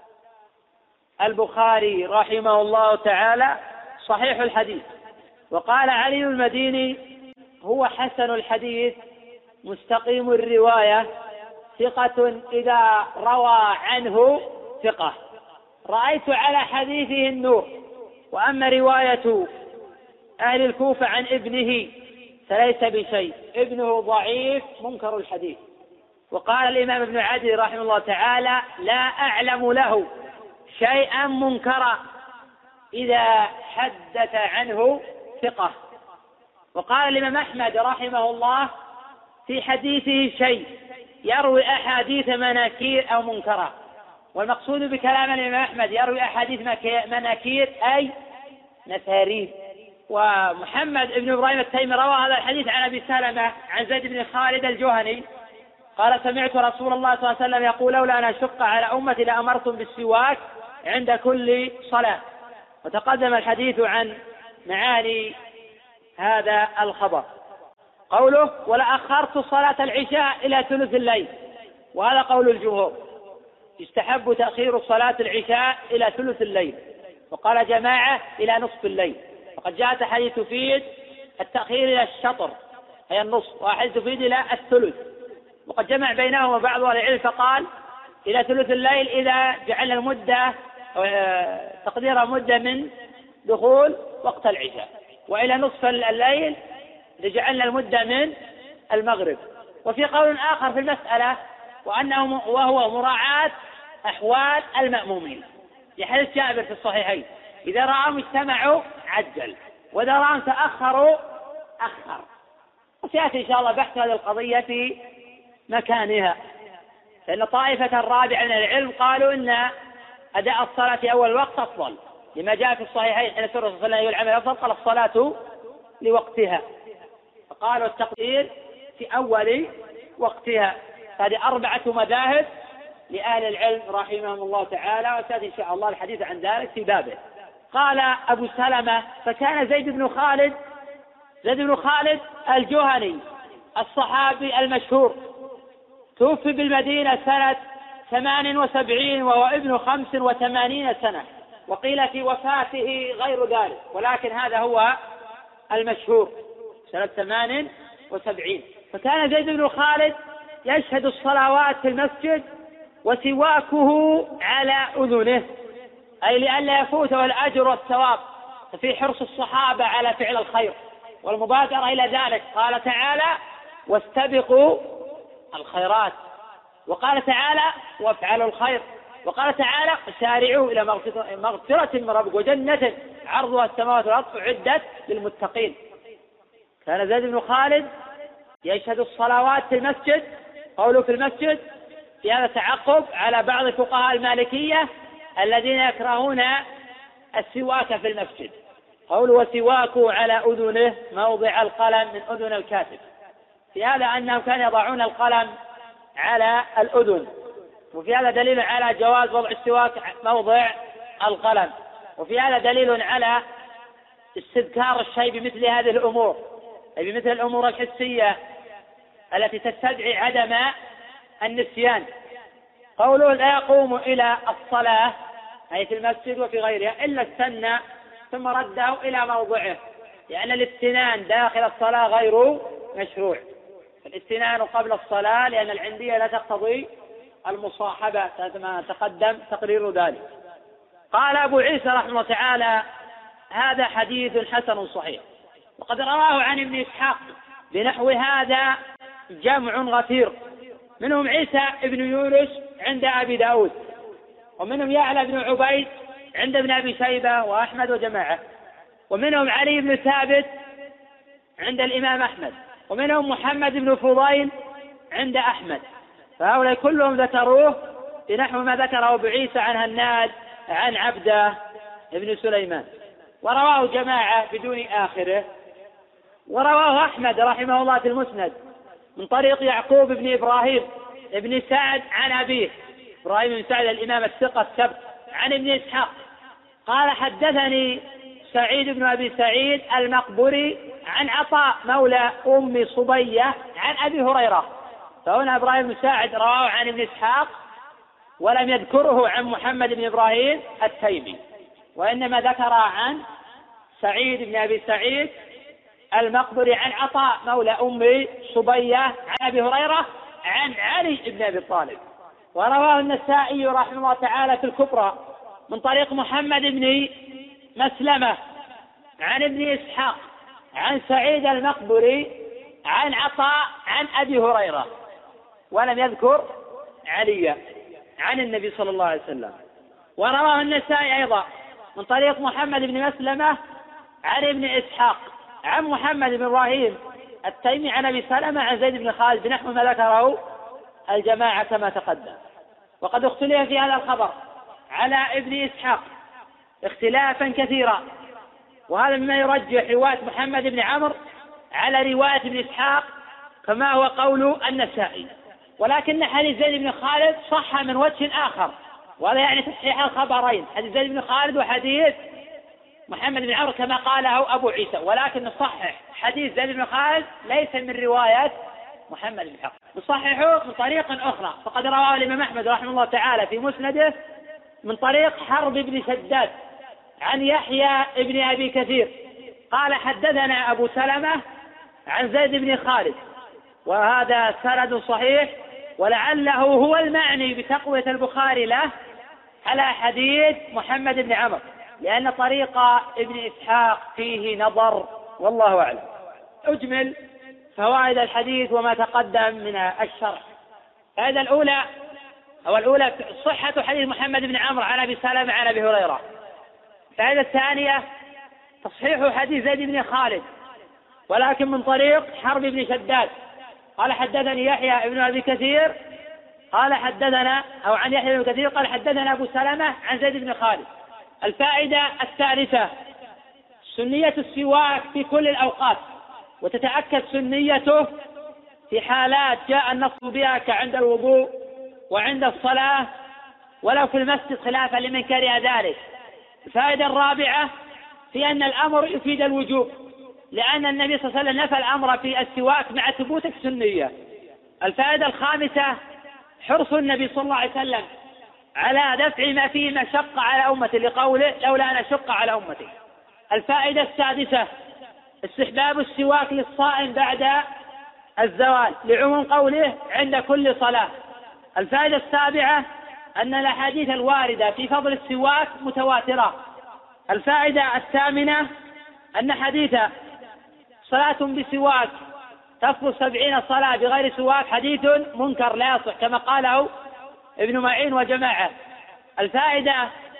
البخاري رحمه الله تعالى: صحيح الحديث. وقال علي المديني: هو حسن الحديث مستقيم الرواية، ثقة إذا روى عنه ثقة، رأيت على حديثه النور. وأما رواية أهل الكوفة عن ابنه فليس بشيء، ابنه ضعيف منكر الحديث. وقال الإمام ابن عدي رحمه الله تعالى: لا أعلم له شيئا منكرا إذا حدث عنه ثقة. وقال الإمام أحمد رحمه الله: في حديثه شيء، يروي أحاديث مناكير أو منكرة. والمقصود بكلام الإمام أحمد يروي أحاديث مناكير أي نسارين. ومحمد بن إبراهيم التيمي روى هذا الحديث عن أبي سلمة عن زيد بن خالد الجهني قال: سمعت رسول الله صلى الله عليه وسلم يقول: لولا أن أشق على أمتي لأمرتم بالسواك عند كل صلاة. وتقدم الحديث عن معاني هذا الخبر. قوله: ولأخرت صلاة العشاء إلى ثلث الليل، وهذا قول الجمهور، يستحب تأخير صلاة العشاء إلى ثلث الليل. وقال جماعة إلى نصف الليل، وقد جاءت حديث تفيد التأخير إلى الشطر أي النصف، وحديث تفيد إلى الثلث. وقد جمع بينهما بعض أهل العلم فقال إلى ثلث الليل إذا جعلنا المدة تقدير مدة من دخول وقت العشاء، وإلى نصف الليل إذا جعلنا المدة من المغرب. وفي قول آخر في المسألة وأنه وهو مراعاة أحوال المأمومين، لحديث جابر في الصحيحين: إذا رأوا اجتمعوا عجل، وإذا رأوا تأخروا أخر. وسيأتي إن شاء الله بحث هذه القضية في مكانها، لأن طائفة رابعة من العلم قالوا إن أداء الصلاة في أول وقت أفضل، لما جاء في الصحيحين حين سر صلى الله عليه العمل أفضل قال: الصلاة لوقتها، فقالوا التقدير في أول وقتها. هذه أربعة مذاهب لأهل العلم رحمهم الله تعالى، وسيأتي إن شاء الله الحديث عن ذلك في بابه. قال أبو سلمة: فكان زيد بن خالد زيد بن خالد الجهني الصحابي المشهور، توفي بالمدينة سنة ثمان وسبعين وهو ابن خمس وثمانين سنة، وقيل في وفاته غير ذلك، ولكن هذا هو المشهور سنة ثمان وسبعين. فكان زيد بن خالد يشهد الصلوات في المسجد وسواكه على أذنه، أي لئلا يفوته الأجر والثواب، ففي حرص الصحابة على فعل الخير والمبادرة إلى ذلك. قال تعالى: واستبقوا الخيرات، وقال تعالى: وافعلوا الخير، وقال تعالى: سارعوا إلى مغفرة من ربك وجنة عرضها السماوات والأرض أعدت للمتقين. كان زيد بن خالد يشهد الصلوات في المسجد. قوله في المسجد في هذا تعقب على بعض فقهاء المالكية الذين يكرهون السواك في المسجد، قول وسواكوا على أذنه موضع القلم من أذن الكاتب، في هذا أنهم كانوا يضعون القلم على الأذن، وفي هذا دليل على جواز وضع السواك موضع القلم، وفي هذا دليل على استذكار الشيء بمثل هذه الأمور، أي بمثل الأمور الحسية التي تستدعي عدم النسيان. قوله لا يقوم إلى الصلاة أي في المسجد وفي غيرها إلا استنى ثم رده إلى موضعه، لأن الاستنان داخل الصلاة غير مشروع. الاستنان قبل الصلاة لأن العندية لا تقتضي المصاحبة كما تقدم تقرير ذلك. قال أبو عيسى رحمه الله تعالى هذا حديث حسن صحيح، وقد رواه عن ابن إسحاق بنحو هذا جمع غفير، منهم عيسى ابن يونس عند أبي داود، ومنهم يعلى بن عبيد عند ابن أبي شيبة وأحمد وجماعة، ومنهم علي بن ثابت عند الإمام أحمد، ومنهم محمد بن فضيل عند أحمد، فهؤلاء كلهم ذكروه بنحو ما ذكره أبو عيسى عن هناد عن عبده ابن سليمان، ورواه جماعة بدون آخره. ورواه أحمد رحمه الله في المسند من طريق يعقوب بن إبراهيم ابن سعد عن أبيه إبراهيم بن سعد الإمام الثقة السبت عن ابن إسحاق قال حدثني سعيد بن أبي سعيد المقبري عن عطاء مولى أم صبية عن أبي هريرة. فهنا إبراهيم بن سعد رواه عن ابن إسحاق ولم يذكره عن محمد بن إبراهيم التيمي، وإنما ذكر عن سعيد بن أبي سعيد المقبري عن عطاء مولى أم صبية عن أبي هريرة عن علي بن أبي طالب. ورواه النسائي رحمه الله تعالى في الكبرى من طريق محمد بن مسلمة عن ابن إسحاق عن سعيد المقبري عن عطاء عن أبي هريرة، ولم يذكر علي عن النبي صلى الله عليه وسلم. ورواه النسائي أيضا من طريق محمد بن مسلمة عن ابن إسحاق عن محمد بن إبراهيم التيمي عن أبي سلمة عن زيد بن خالد بنحو ما ذكره الجماعة كما تقدم. وقد اختلف في هذا الخبر على ابن إسحاق اختلافا كثيرا، وهذا مما يرجح رواية محمد بن عمرو على رواية ابن إسحاق كما هو قول النسائي، ولكن حديث زيد بن خالد صح من وجه آخر، وهذا يعني تصحيح الخبرين، حديث زيد بن خالد وحديث محمد بن عمرو كما قاله أبو عيسى، ولكن نصحح حديث زيد بن خالد ليس من رواية محمد بن عمرو، نصححه من طريق أخرى. فقد رواه الإمام أحمد رحمه الله تعالى في مسنده من طريق حرب بن شداد عن يحيى بن أبي كثير قال حدثنا أبو سلمة عن زيد بن خالد، وهذا سند صحيح، ولعله هو المعني بتقوية البخاري له على حديث محمد بن عمرو، لأن طريق ابن إسحاق فيه نظر، والله أعلم. أجمل فوائد الحديث وما تقدم من الشرح. الفائدة الأولى أو الأولى صحة حديث محمد بن عمرو عن أبي سلمة عن أبي هريرة. الفائدة الثانية تصحيح حديث زيد بن خالد ولكن من طريق حرب بن شداد قال حدثني يحيى بن أبي كثير قال حدثنا أو عن يحيى بن كثير قال حدثنا أبو سلمة عن زيد بن خالد. الفائدة الثالثة سنية السواك في كل الأوقات، وتتأكد سنيته في حالات جاء النص بها كعند الوضوء وعند الصلاة ولو في المسجد خلافا لمن كره ذلك. الفائدة الرابعة في أن الأمر يفيد الوجوب، لأن النبي صلى الله عليه وسلم نفى الأمر في السواك مع ثبوت السنية. الفائدة الخامسة حرص النبي صلى الله عليه وسلم على دفع ما فيه مشقة على أمته لقوله لولا أن أشق على أمتي. الفائدة السادسة استحباب السواك للصائم بعد الزوال لعموم قوله عند كل صلاة. الفائدة السابعة أن الأحاديث الواردة في فضل السواك متواترة. الفائدة الثامنة أن حديث صلاة بسواك تفضل سبعين صلاة بغير سواك حديث منكر لا يصح كما قاله ابن معين وجماعة. الفائدة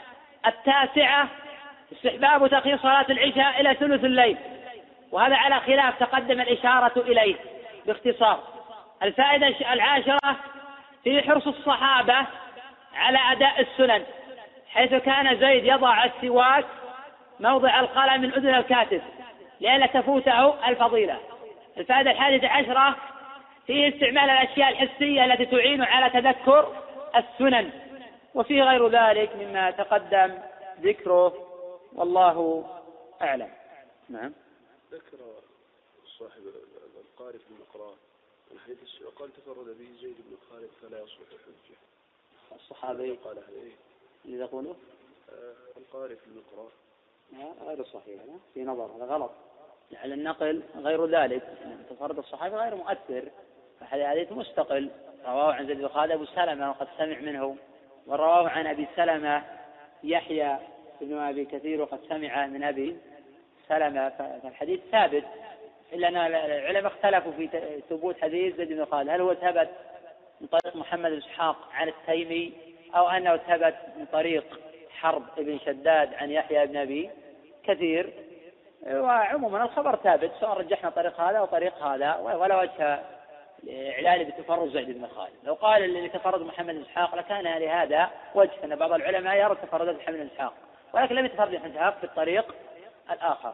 التاسعة استحباب تأخير صلاة العشاء إلى ثلث الليل، وهذا على خلاف تقدم الإشارة إليه باختصار. الفائدة العاشرة في حرص الصحابة على أداء السنن، حيث كان زيد يضع السواك موضع القلم من أذن الكاتب لئلا تفوته الفضيلة. الفائدة الحادية عشرة فيه استعمال الأشياء الحسية التي تعين على تذكر السنن، وفيه غير ذلك مما تقدم ذكره، والله أعلم. نعم. ذكر صاحب القارئ في المقراء الحديث قال تفرد به زيد بن خالد فلا يصلح حجة. الصحابي قال عليه اللي يقوله آه القارئ في المقراء غير صحيح في نظر، هذا غلط. على النقل غير ذلك، تفرد الصحابي غير مؤثر، فحديث مستقل رواه عن زيد بن خالد أبو سلمة وقد سمع منه، ورواه عن أبي سلمة يحيى بن أبي كثير وقد سمع من أبي سلمة، فالحديث ثابت، إلا أن العلماء اختلفوا في ثبوت حديث زيد بن خالد، هل هو ثبت من طريق محمد بن إسحاق عن التيمي أو أنه ثبت من طريق حرب بن شداد عن يحيى بن أبي كثير. وعموما الخبر ثابت سواء رجحنا طريق هذا وطريق هذا، ولا وجه إعلان بتفرد زيد بن خالد. لو قال اللي تفرد محمد بن إسحاق لكان لهذا وجه، أن بعض العلماء يرى تفردات محمد بن إسحاق، ولكن لم يتفرد محمد بن إسحاق في الطريق الآخر.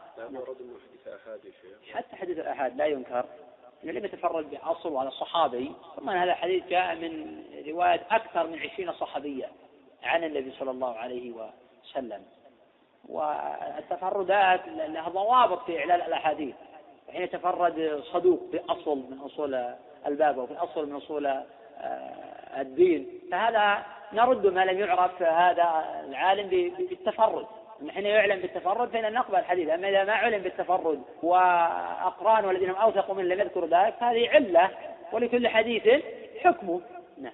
حتى حديث الأحاد لا ينكر أنه لم يتفرد بأصل على الصحابي، ثم هذا الحديث جاء من رواية أكثر من عشرين صحابية عن النبي صلى الله عليه وسلم. والتفردات لها ضوابط في إعلان الأحاديث، حين يتفرد صدوق بأصل من أصول الباب وفي أصل من أصول الدين، فهذا نرد ما لم يعرف هذا العالم بالتفرد. حين يعلم بالتفرد فإن نقبل الحديث، أما إذا ما علم بالتفرد وأقران والذين هم أوثقوا من لم يذكروا ذلك فهذه علة، ولكل حديث حكمه. نعم.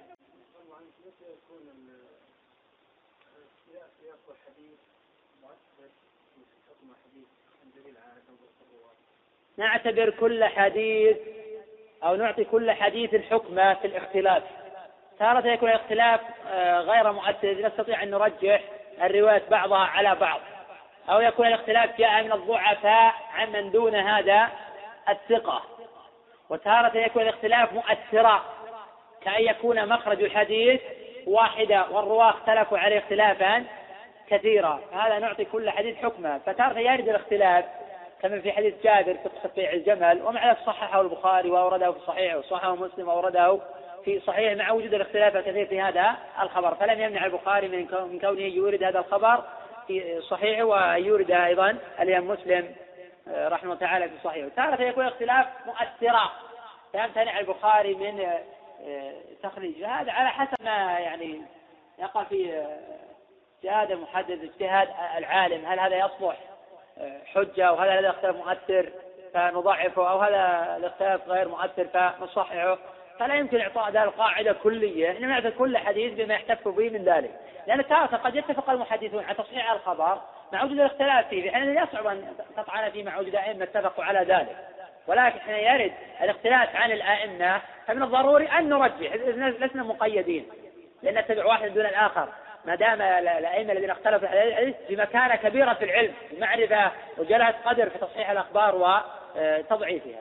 نعتبر كل حديث أو نعطي كل حديث الحكمة في الاختلاف. تارة يكون الاختلاف غير مؤثر، نستطيع أن نرجح الروايات بعضها على بعض، أو يكون الاختلاف جاء من الضعفاء عن من دون هذا الثقة. وتارة يكون الاختلاف مؤثرا، كأن يكون مخرج الحديث واحدة والرواة اختلفوا عليه اختلافا كثيرا، فهذا نعطي كل حديث حكمة. فتارة يرد الاختلاف كما في حديث جابر في قصة بيع الجمل، ومع ذلك صححه البخاري وأورده في الصحيح، وصححه مسلم وأورده في صحيح مع وجود الاختلاف الكثير في هذا الخبر، فلم يمنع البخاري من كونه يورد هذا الخبر في صحيحه ويورد أيضا الإمام مسلم رحمه الله تعالى في صحيحه. تارة يكون اختلاف مؤثرا فيمتنع البخاري من تخريج هذا على حسب ما يعني يقع في اجتهاد المحدث، اجتهاد العالم، هل هذا يصلح حجة وهذا هذا اختلاف مؤثر فنضعفه، أو هذا الاختلاف غير مؤثر فنصححه. فلا يمكن إعطاء ذلك القاعدة كلية، إنما نعطي كل حديث بما يحتف به من ذلك، لأن تارة قد يتفق المحدثون على تصحيح الخبر مع وجود الاختلاف فيه، بحيث يصعب أن تطعن فيه مع وجود أئمة اتفقوا على ذلك. ولكن حين يرد الاختلاف عن الأئمة فمن الضروري أن نرجح، لسنا مقيدين لأن نتبع واحد دون الآخر، ما دام الأئمة الذين اختلفوا في الحديث بمكانة كبيرة في العلم ومعرفة وجلالة قدر في تصحيح الأخبار وتضعيفها.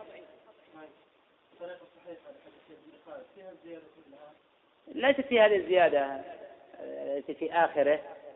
ليست في هذه الزيادة التي في آخره،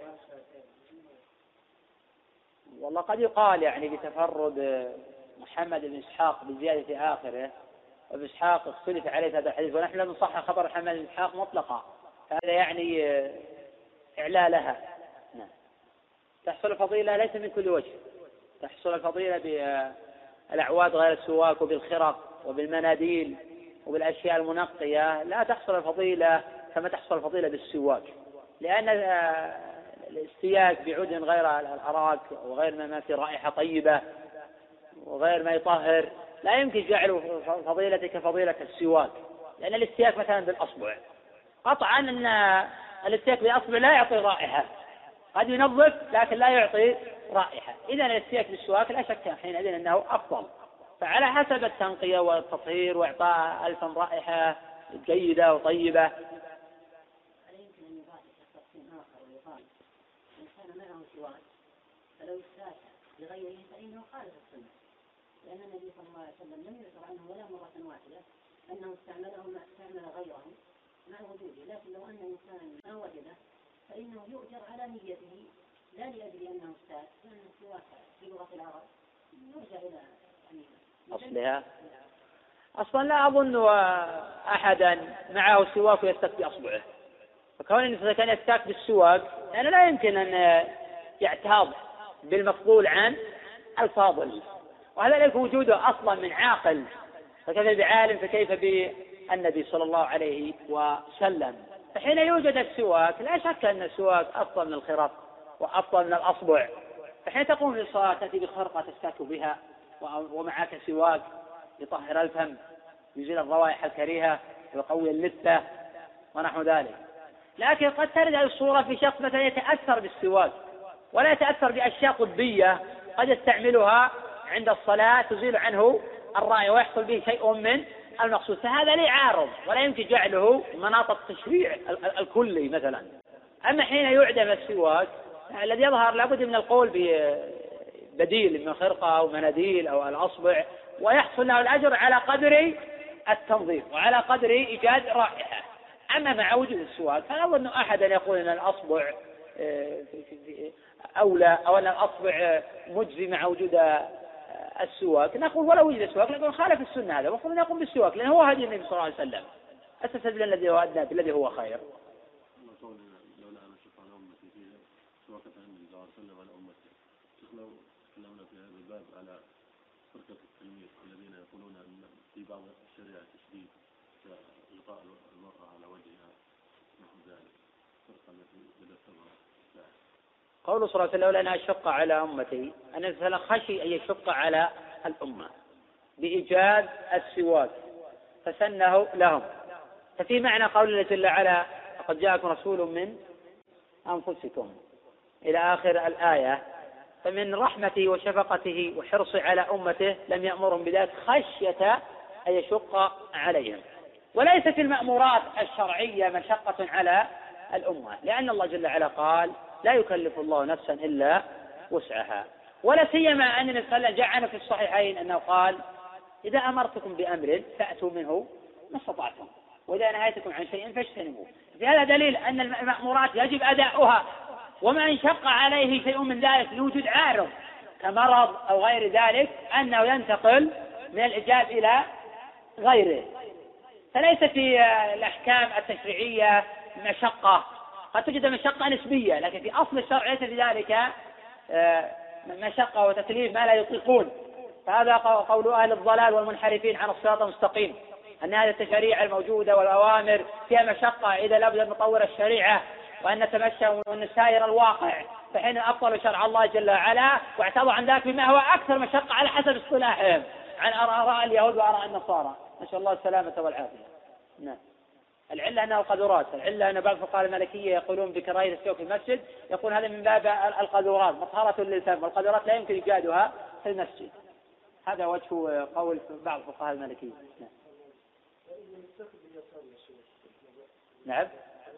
والله قد يقال يعني بتفرد محمد بن إسحاق بزيادة في آخره، وابن إسحاق اختلف عليه هذا الحديث، ونحن لم نصحح خبر محمد بن إسحاق مطلقا، فهذا يعني إعلالها. نعم. تحصل الفضيلة ليس من كل وجه، تحصل الفضيلة بالأعواد غير السواك وبالخرق وبالمناديل وبالأشياء المنقية، لا تحصل الفضيلة كما تحصل الفضيلة بالسواك، لأن الاستياك بعود غير الأراك وغير ما في رائحة طيبة وغير ما يطهر لا يمكن جعله فضيلة كفضيلة السواك، لأن الاستياك مثلا بالأصبع قطعا أن الاستياك بالأصبع لا يعطي رائحة، قد ينظف لكن لا يعطي رائحة. إذن الاستياك بالسواك لا شك حينئذ أنه أفضل، فعلى حسب التنقية والتطهير وإعطاء ألفا رائحة جيدة وطيبة. يمكن أن يضاف تقسيم آخر ويقال إن كان معه سواك فلو استاك بغيره فإنه خالف السنة، لأن النبي صلى الله عليه وسلم لم يذكر عنه ولا مرة واحدة أنه استعمله ما استعمل غيره مع وجوده، لكن لو أن الإنسان ما وجده فإنه يؤجر على نيته لا لأجل أنه استاذ من السواك في لغة العرب نرجع إلى أصلها. أصلا لا أظن أحدا معه سواك يستك بأصبعه، فكون الإنسان كان يستك بالسواك يعني لا يمكن أن يعتاض بالمفضول عن الفاضل، وهذا ليس وجوده أصلا من عاقل، فكيف بعالم فكيف بالنبي صلى الله عليه وسلم. فحين يوجد السواك لا شك أن السواك أفضل من الخرق وأفضل من الأصبع. فحين تقوم للصلاة تأتي بخرقة تستاك بها ومعك سواك يطهر الفم يزيل الروائح الكريهة ويقوي اللثة ونحو ذلك. لكن قد ترد الصورة في شخص مثلا يتأثر بالسواك ولا يتأثر بأشياء طبية قد يستعملها عند الصلاة تزيل عنه الرائحة ويحصل به شيء من المقصود، فهذا لا عارض ولا يمكن جعله مناط التشريع الكلي مثلا. أما حين يعدم السواك الذي يظهر لابد من القول ببديل من خرقة أو مناديل أو الأصبع، ويحصل له الأجر على قدر التنظيف وعلى قدر إيجاد رائحة. أما مع وجود السواك فلا أظن أحدا يقول أن الأصبع أولى أو أن الأصبع مجزي مع وجود السواك. نقول ولا وجد السواك لكن خالف السنة هذا وقلنا يقوم بالسواك لأنه هو هدي النبي صلى الله عليه وسلم أساس الذي هو أدنى بالذي هو خير. على فرقة التلميذ الذين يقولون أن في بعض الشريعة تشديد كإلقاء المرأة على وجهها نحو ذلك، الفرقة التي بدأت تظهر. قول صلى الله عليه وسلم لأن أشق على أمتي أن الإنسان خشي أن يشق على الأمة بإيجاد السواك فسنه لهم. ففي معنى قول الله جل وعلا لقد جاءكم رسول من أنفسكم إلى آخر الآية، فمن رحمته وشفقته وحرصه على أمته لم يأمرهم بذلك خشية أن يشق عليهم. وليس في المأمورات الشرعية مشقة على الأمة، لأن الله جل وعلا قال لا يكلف الله نفسا إلا وسعها. ولا سيما أن النبي صلى الله عليه وسلم جاء في الصحيحين أنه قال إذا أمرتكم بأمر فأتوا منه ما استطعتم وإذا نهيتكم عن شيء فاجتنبوه. في هذا دليل أن المأمورات يجب أداؤها، وما انشق عليه شيء من ذلك لوجود عارض كمرض أو غير ذلك أنه ينتقل من الإجاب إلى غيره. فليس في الأحكام التشريعية مشقة، قد توجد مشقة نسبية لكن في أصل الشرع ليس في ذلك مشقة وتكليف ما لا يطيقون. فهذا قول أهل الضلال والمنحرفين عن الصراط المستقيم أن هذه التشريع الموجودة والأوامر فيها مشقة إذا لابد أن نطور الشريعة وأن نتمشى ونساير الواقع، فحين أبطل شرع الله جل وعلا واعتبروا عن ذلك بما هو أكثر مشقة على حسب اصطلاحهم عن آراء اليهود وآراء النصارى، نسأل الله السلامة والعافية. نعم. العلة أنها القذورات، العلة أن بعض الفقهاء المالكية يقولون بكراهية السواك في المسجد، يقول هذا من باب القذورات مطهرة للفم، والقذورات لا يمكن إيجادها في المسجد. هذا وجه قول بعض الفقهاء المالكية. نعم. نعم.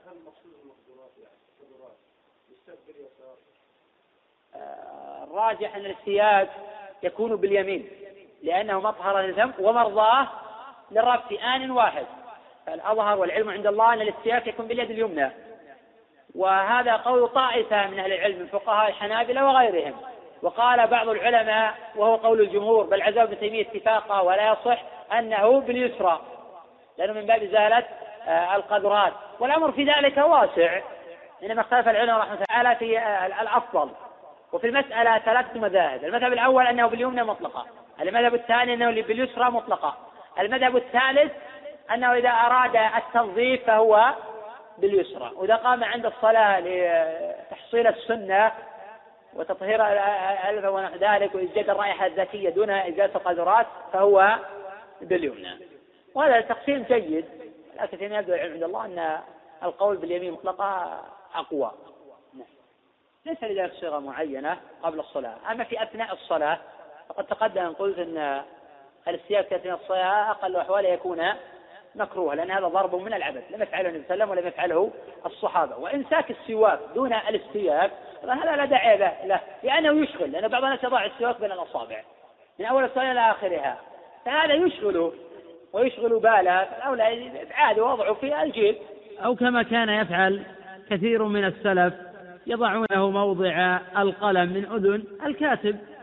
الراجح أن السياق يكون باليمين لأنه مطهر للفم ومرضاه للرب في آن واحد، فالأظهر والعلم عند الله أن الاستياك يكون باليد اليمنى، وهذا قول طائفة من أهل العلم من فقهاء الحنابلة وغيرهم. وقال بعض العلماء وهو قول الجمهور بل عزاه ابن تيمية اتفاقا ولا يصح أنه باليسرى لأنه من باب إزالة القذرات، والأمر في ذلك واسع، إنما اختلف العلماء رحمه الله تعالى في الأفضل. وفي المسألة ثلاثة مذاهب، المذهب الأول أنه باليمنى مطلقة، المذهب الثاني أنه باليسرى مطلقة، المذهب الثالث أنه إذا أراد التنظيف فهو باليسرى، وإذا قام عند الصلاة لتحصيل السنة وتطهير الألف ونحو ذلك وإيجاد الرائحة الذاتية دون إزالة القذرات فهو باليمنى. وهذا تقسيم جيد، لكن فيما يبدو عند الله أن القول باليمين مطلقة أقوى. ليس لذلك صيغة معينة قبل الصلاة. أما في أثناء الصلاة فقد تقدم أن قلت أن الاستياك في أثناء الصلاة أقل أحواله يكون مكروه، لأن هذا ضرب من العبث لم يفعله النبي صلى الله عليه وسلم ولم يفعله الصحابة. وإمساك السواك دون الاستياك هذا لا داعي له لأنه يشغل، لأن بعض الناس يضع السواك بين الأصابع من أول الصلاة إلى آخرها، فهذا يشغله ويشغل باله، فالأولى إبعاده ووضعه في الجيب، أو كما كان يفعل كثير من السلف يضعونه موضع القلم من أذن الكاتب.